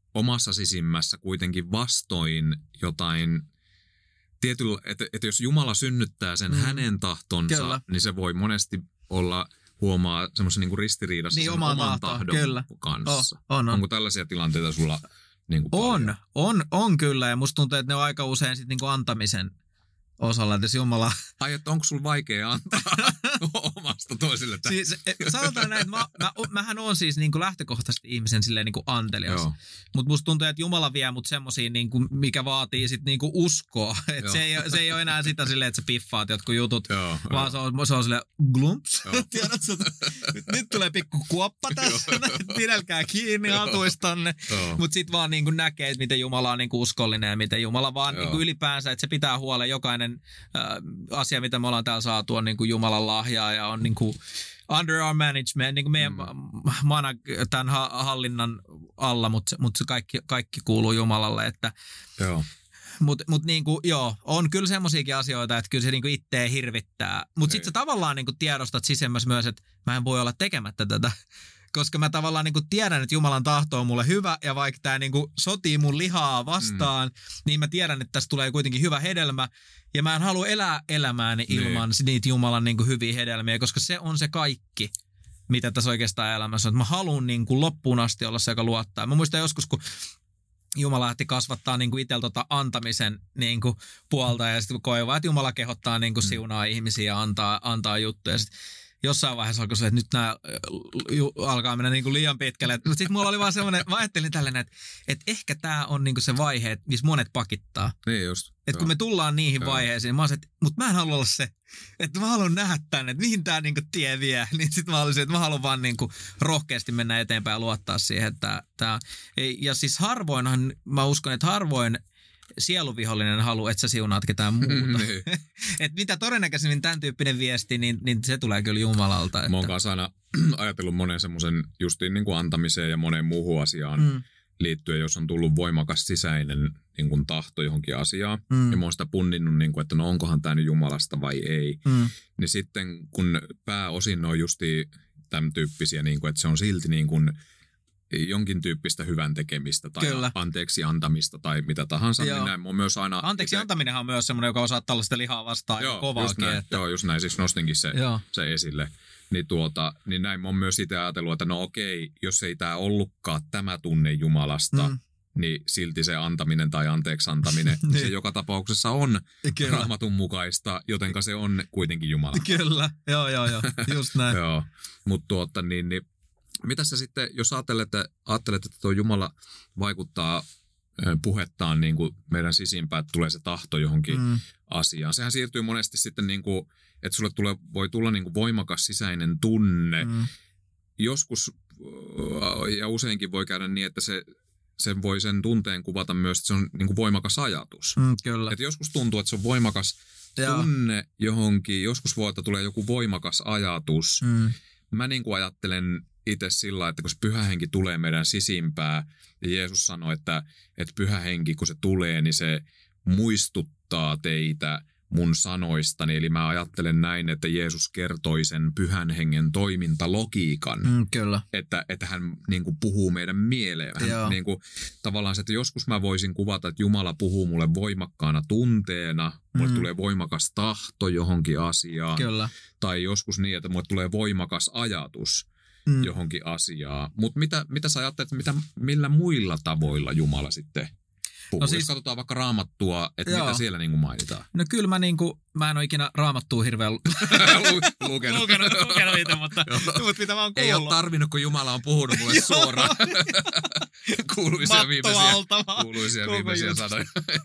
omassa sisimmässä kuitenkin vastoin jotain tietyllä, että jos Jumala synnyttää sen hänen tahtonsa,
Kyllä.
niin se voi monesti olla huomaa semmoisen niin kuin ristiriidassa
niin,
sen oman tahdon
kyllä.
kanssa.
On.
Onko tällaisia tilanteita sulla niin kuin paljon?
On kyllä, ja musta tuntuu, että ne on aika usein sitten niinku antamisen osalla, että jos Jumala...
Ai, että onko sulla vaikea antaa omasta toiselle?
Siis, sanotaan näin, että mähän on siis niinku lähtökohtaisesti ihmisen silleen niinku antelias. Mutta musta tuntuu, että Jumala vie mut semmosiin, niinku, mikä vaatii sit niinku uskoa. Et se ei ole enää sitä silleen, että sä piffaat jotkut jutut, vaan se on silleen glumps. Tiedätkö, nyt tulee pikku kuoppa tässä, pidelkää kiinni hatuistanne. Mutta sit vaan niinku näkee, että miten Jumala on niinku uskollinen ja miten Jumala vaan niinku ylipäänsä, että se pitää huolen jokainen asia, mitä me ollaan täällä saatu, on niin kuin Jumalan lahjaa ja on niin kuin under our management, niin kuin meidän tämän hallinnan alla, mutta se kaikki kuuluu Jumalalle. Että, Mutta niin kuin, on kyllä semmoisiakin asioita, että kyllä se niin kuin itseä hirvittää. Mutta sitten sä tavallaan niin kuin tiedostat sisemmässä myös, että mä en voi olla tekemättä tätä. Koska mä tavallaan niin kuin tiedän, että Jumalan tahto on mulle hyvä, ja vaikka tämä niin kuin sotii mun lihaa vastaan, niin mä tiedän, että tästä tulee kuitenkin hyvä hedelmä, ja mä en halua elää elämääni ilman niitä Jumalan niin kuin hyviä hedelmiä, koska se on se kaikki, mitä tässä oikeastaan elämässä on. Mä haluan niin kuin loppuun asti olla se, joka luottaa. Mä muistan joskus, kun Jumala lähti kasvattaa niin kuin itsellä antamisen niin kuin puolta, ja sitten koivaa, että Jumala kehottaa niin kuin siunaa ihmisiä ja antaa juttuja. Sitten jossain vaiheessa alkoi se, että nyt nämä alkaa mennä niin kuin liian pitkälle. Mutta sitten mulla oli vaan semmoinen, mä ajattelin tällainen, että ehkä tämä on niin kuin se vaihe, missä monet pakittaa.
Niin just.
Että kun me tullaan niihin vaiheisiin, mä olisin, että mutta mä en halua olla se, että mä haluan nähdä tänne, että mihin tämä niin kuin tie vie. Niin sitten mä olisin, että mä haluan vaan niin kuin rohkeasti mennä eteenpäin ja luottaa siihen, että tämä. Ja siis harvoinhan, mä uskon, että harvoin sieluvihollinen haluaa, että sä siunaat ketään muuta. Että mitä todennäköisemmin tämän tyyppinen viesti, niin se tulee kyllä Jumalalta. Että...
Mä oon kanssa aina ajatellut monen semmoisen justiin niin kuin antamiseen ja moneen muuhun asiaan liittyen, jos on tullut voimakas sisäinen niin kuin tahto johonkin asiaan. Ja mä oon sitä punninnut, niin kuin, että no onkohan tämä nyt Jumalasta vai ei. Niin sitten kun pääosin on justiin tämän tyyppisiä, niin kuin, että se on silti niin kuin jonkin tyyppistä hyvän tekemistä tai anteeksi antamista tai mitä tahansa, niin näin on myös aina...
Anteeksi antaminenhan on myös semmoinen, joka osaa tällaista lihaa vastaan kovaakin.
Joo, just näin. Siis nostinkin se esille. Niin näin mä oon myös itse ajatellut, että no okei, jos ei tää ollutkaan tämä tunne Jumalasta, niin silti se antaminen tai anteeksi antaminen, se joka tapauksessa on Raamatun mukaista, jotenka se on kuitenkin Jumala.
Kyllä, joo, just näin.
Joo, mutta niin mitä sä sitten, jos ajattelet, että tuo Jumala vaikuttaa puhettaan niin kuin meidän sisimpään, että tulee se tahto johonkin asiaan. Sehän siirtyy monesti sitten, niin kuin, että sulle voi tulla niin kuin voimakas sisäinen tunne. Joskus ja useinkin voi käydä niin, että se voi sen tunteen kuvata myös, että se on niin kuin voimakas ajatus.
Kyllä.
Että joskus tuntuu, että se on voimakas tunne johonkin, joskus voi, että tulee joku voimakas ajatus. Mä niin kuin ajattelen itse sillä, että kun se pyhä henki tulee meidän sisimpää, ja Jeesus sanoi, että pyhä henki, kun se tulee, niin se muistuttaa teitä mun sanoistani. Eli mä ajattelen näin, että Jeesus kertoi sen pyhän hengen toimintalogiikan.
Kyllä.
Että hän niin kuin puhuu meidän mieleen. Hän, niin kuin, tavallaan se, että joskus mä voisin kuvata, että Jumala puhuu mulle voimakkaana tunteena, mulle tulee voimakas tahto johonkin asiaan.
Kyllä.
Tai joskus niin, että mulle tulee voimakas ajatus johonkin asiaan. Mutta mitä sä ajattelet, millä muilla tavoilla Jumala sitten puhuu? No siis, jos katsotaan vaikka Raamattua, että mitä siellä niin kuin mainitaan.
No kyllä mä en ole ikinä Raamattua hirveän lukenut itse, mutta mitä mä oon kuullut.
Ei ole tarvinnut, kun Jumala on puhunut mulle suoraan. Kuuluisia viimeisiä sanoja.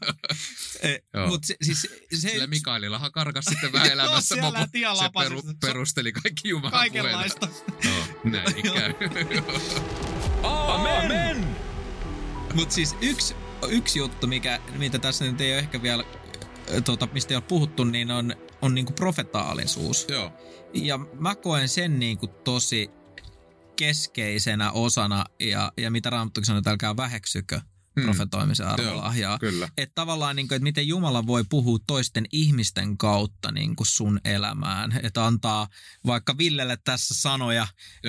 Mutta siis
sillä Mikaelillahan karkas sitten vähän elämässä. Se perusteli kaikki Jumalan puheita.
Kaikenlaista.
Näin käy.
Amen! Mutta siis yksi juttu, mitä tässä nyt ei ole ehkä vielä, mistä ei ole puhuttu, niin on niinku profetaalisuus.
Joo.
Ja mä koen sen niinku tosi keskeisenä osana, ja mitä Raamattukin sanoo, että älkää väheksykö profetoimisen arvolahjaa.
Kyllä.
Että tavallaan, niin kuin, että miten Jumala voi puhua toisten ihmisten kautta niin kuin sun elämään. Että antaa vaikka Villelle tässä sanoja,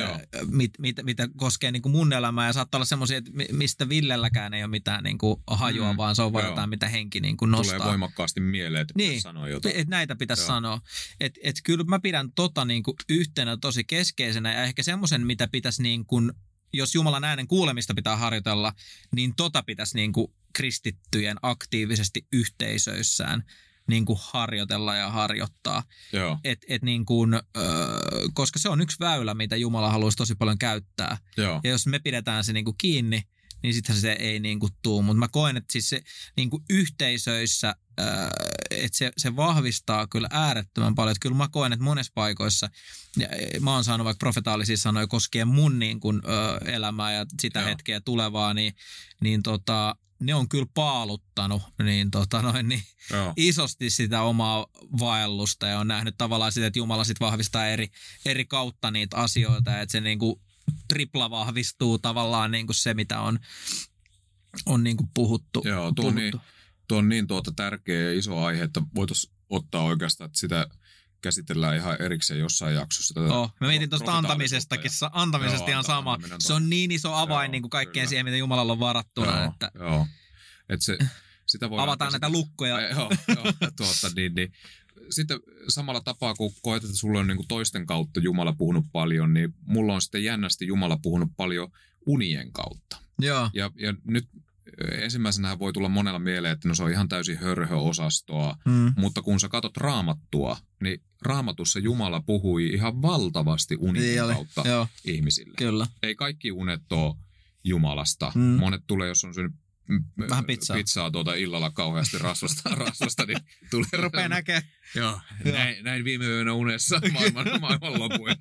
mitä koskee niin kuin mun elämää. Ja saattaa olla semmoisia, että mistä Villelläkään ei ole mitään niin kuin hajua, vaan se on vaan jotain, mitä henki niin kuin nostaa.
Tulee voimakkaasti mieleen, että pitäisi sanoa jotain.
Että näitä pitäisi sanoa. Että kyllä mä pidän niin kuin yhtenä tosi keskeisenä ja ehkä semmoisen, mitä pitäisi niin kuin, jos Jumalan äänen kuulemista pitää harjoitella, niin pitäisi niin kuin kristittyjen aktiivisesti yhteisöissään niin kuin harjoitella ja harjoittaa. Niin kuin, koska se on yksi väylä, mitä Jumala haluaisi tosi paljon käyttää. Joo. Ja jos me pidetään se niin kuin kiinni, niin sittenhän se ei niin kuin tule. Mutta mä koen, että siis se niin kuin yhteisöissä, että se vahvistaa kyllä äärettömän paljon. Että kyllä mä koen, että monessa paikoissa, ja mä oon saanut vaikka profetaalisia sanoja koskien mun niin kuin, elämää ja sitä hetkeä tulevaa, niin ne on kyllä paaluttanut niin, isosti sitä omaa vaellusta ja on nähnyt tavallaan sitä, että Jumala sit vahvistaa eri kautta niitä asioita, että se niin kuin tripla vahvistuu tavallaan niin kuin se, mitä on niin kuin puhuttu.
Joo, tuo on niin tärkeä ja iso aihe, että voitaisiin ottaa oikeastaan, että sitä käsitellään ihan erikseen jossain jaksossa.
Mä mietin tuosta antamisestakin. Antamisesta ihan sama. Se on niin iso avain niin kuin kaikkeen siihen, mitä Jumalalla on varattuna.
Että sitä voi
avataan näitä lukkoja.
Niin. Sitten samalla tapaa, kun koet, että sulla on niin kuin toisten kautta Jumala puhunut paljon, niin mulla on sitten jännästi Jumala puhunut paljon unien kautta.
Joo.
Ja nyt ensimmäisenä voi tulla monella mieleen, että no se on ihan täysin hörhöosastoa, mutta kun sä katot Raamattua, niin Raamatussa Jumala puhui ihan valtavasti unien kautta ihmisille.
Kyllä.
Ei kaikki unet ole Jumalasta. Monet tulee, jos on syönyt
vähän
pizzaa illalla kauheasti rasvasta niin tulee.
Rupeaa näkemään.
Joo, näin viime yönä unessa maailman lopuja.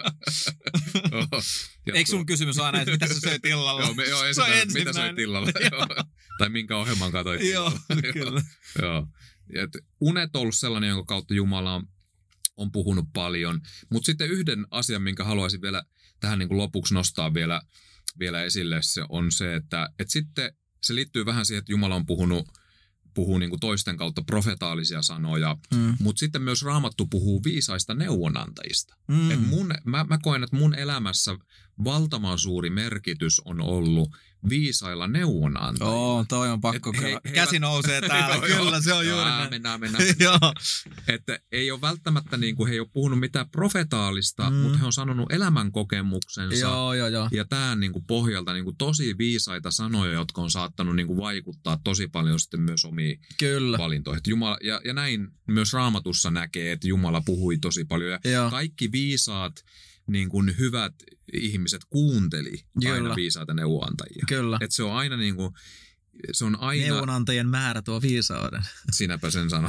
Eikö sun kysymys aina, että mitä sä söit illalla?
Joo, mitä söit illalla? Tai minkä ohjelman katsoit illalla?
Joo, kyllä.
Joo. Unet on ollut sellainen, jonka kautta Jumala on puhunut paljon. Mutta sitten yhden asian, minkä haluaisin vielä tähän niin kuin lopuksi nostaa vielä esille, se on se, että sitten se liittyy vähän siihen, että Jumala on puhuu niin kuin toisten kautta profetaalisia sanoja, mutta sitten myös Raamattu puhuu viisaista neuvonantajista. Et mä koen, että mun elämässä valtavan suuri merkitys on ollut viisailla neuvonantajilla.
Toi on pakko. Käsi nousee täällä. Kyllä, se on juuri näin.
Mennään. Että ei ole välttämättä, niin kuin he ei ole puhunut mitään profetaalista, mutta he on sanonut elämänkokemuksensa.
Joo.
Ja tämän niin kuin pohjalta niin kuin tosi viisaita sanoja, jotka on saattanut niin kuin vaikuttaa tosi paljon sitten myös omiin valintoihin. Jumala, ja näin myös Raamatussa näkee, että Jumala puhui tosi paljon. Ja kaikki viisaat niin kuin hyvät ihmiset kuunteli aina viisaita neuvonantajia.
Kyllä.
Että se on aina niin kuin, se on aina...
Neuvonantajien määrä tuo viisauden.
Sinäpä sen sanoit.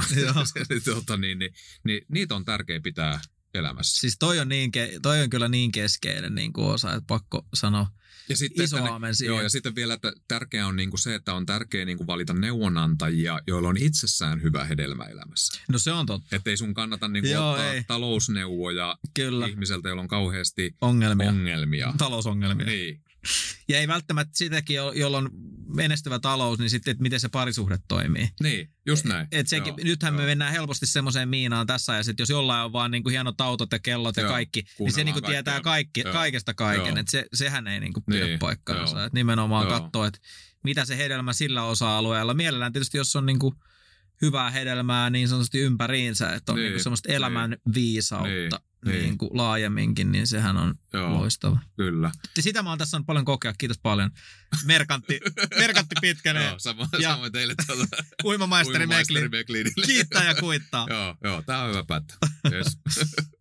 Niitä on tärkeä pitää elämässä.
Siis toi on kyllä niin keskeinen niin kuin osa, että pakko sanoa
ja sitten,
iso aamen siihen.
Ja sitten vielä, että tärkeää on niin kuin se, että on tärkeää niin kuin valita neuvonantajia, joilla on itsessään hyvä hedelmä elämässä.
No se on totta.
Että ei sun kannata niin kuin ottaa talousneuvoja ihmiseltä, jolla on kauheasti ongelmia.
Talousongelmia.
Niin.
Ja ei välttämättä sitäkin, jolla on menestyvä talous, niin sitten, että miten se parisuhde toimii.
Niin, just näin.
Nythän me mennään helposti semmoiseen miinaan tässä ajassa, että jos jollain on vaan niin kuin hienot autot ja kellot ja kaikki, niin se niin kuin tietää kaikesta kaiken. Että sehän ei niin kuin pidä paikkaansa. Että nimenomaan katsoo, että mitä se hedelmä sillä osa-alueella. Mielellään tietysti, jos on niin kuin hyvää hedelmää niin sanotusti ympäriinsä, että on niin kuin semmoista elämän viisautta. Niin kuin laajemminkin, niin sehän on loistava.
Kyllä.
Sitä mä oon tässä paljon kokea. Kiitos paljon. Merkantti Pitkänen.
Samoin teille
Uimamaisteri Meklin. Kiittää ja kuittaa.
Joo, tää on hyvä päättää. Yes.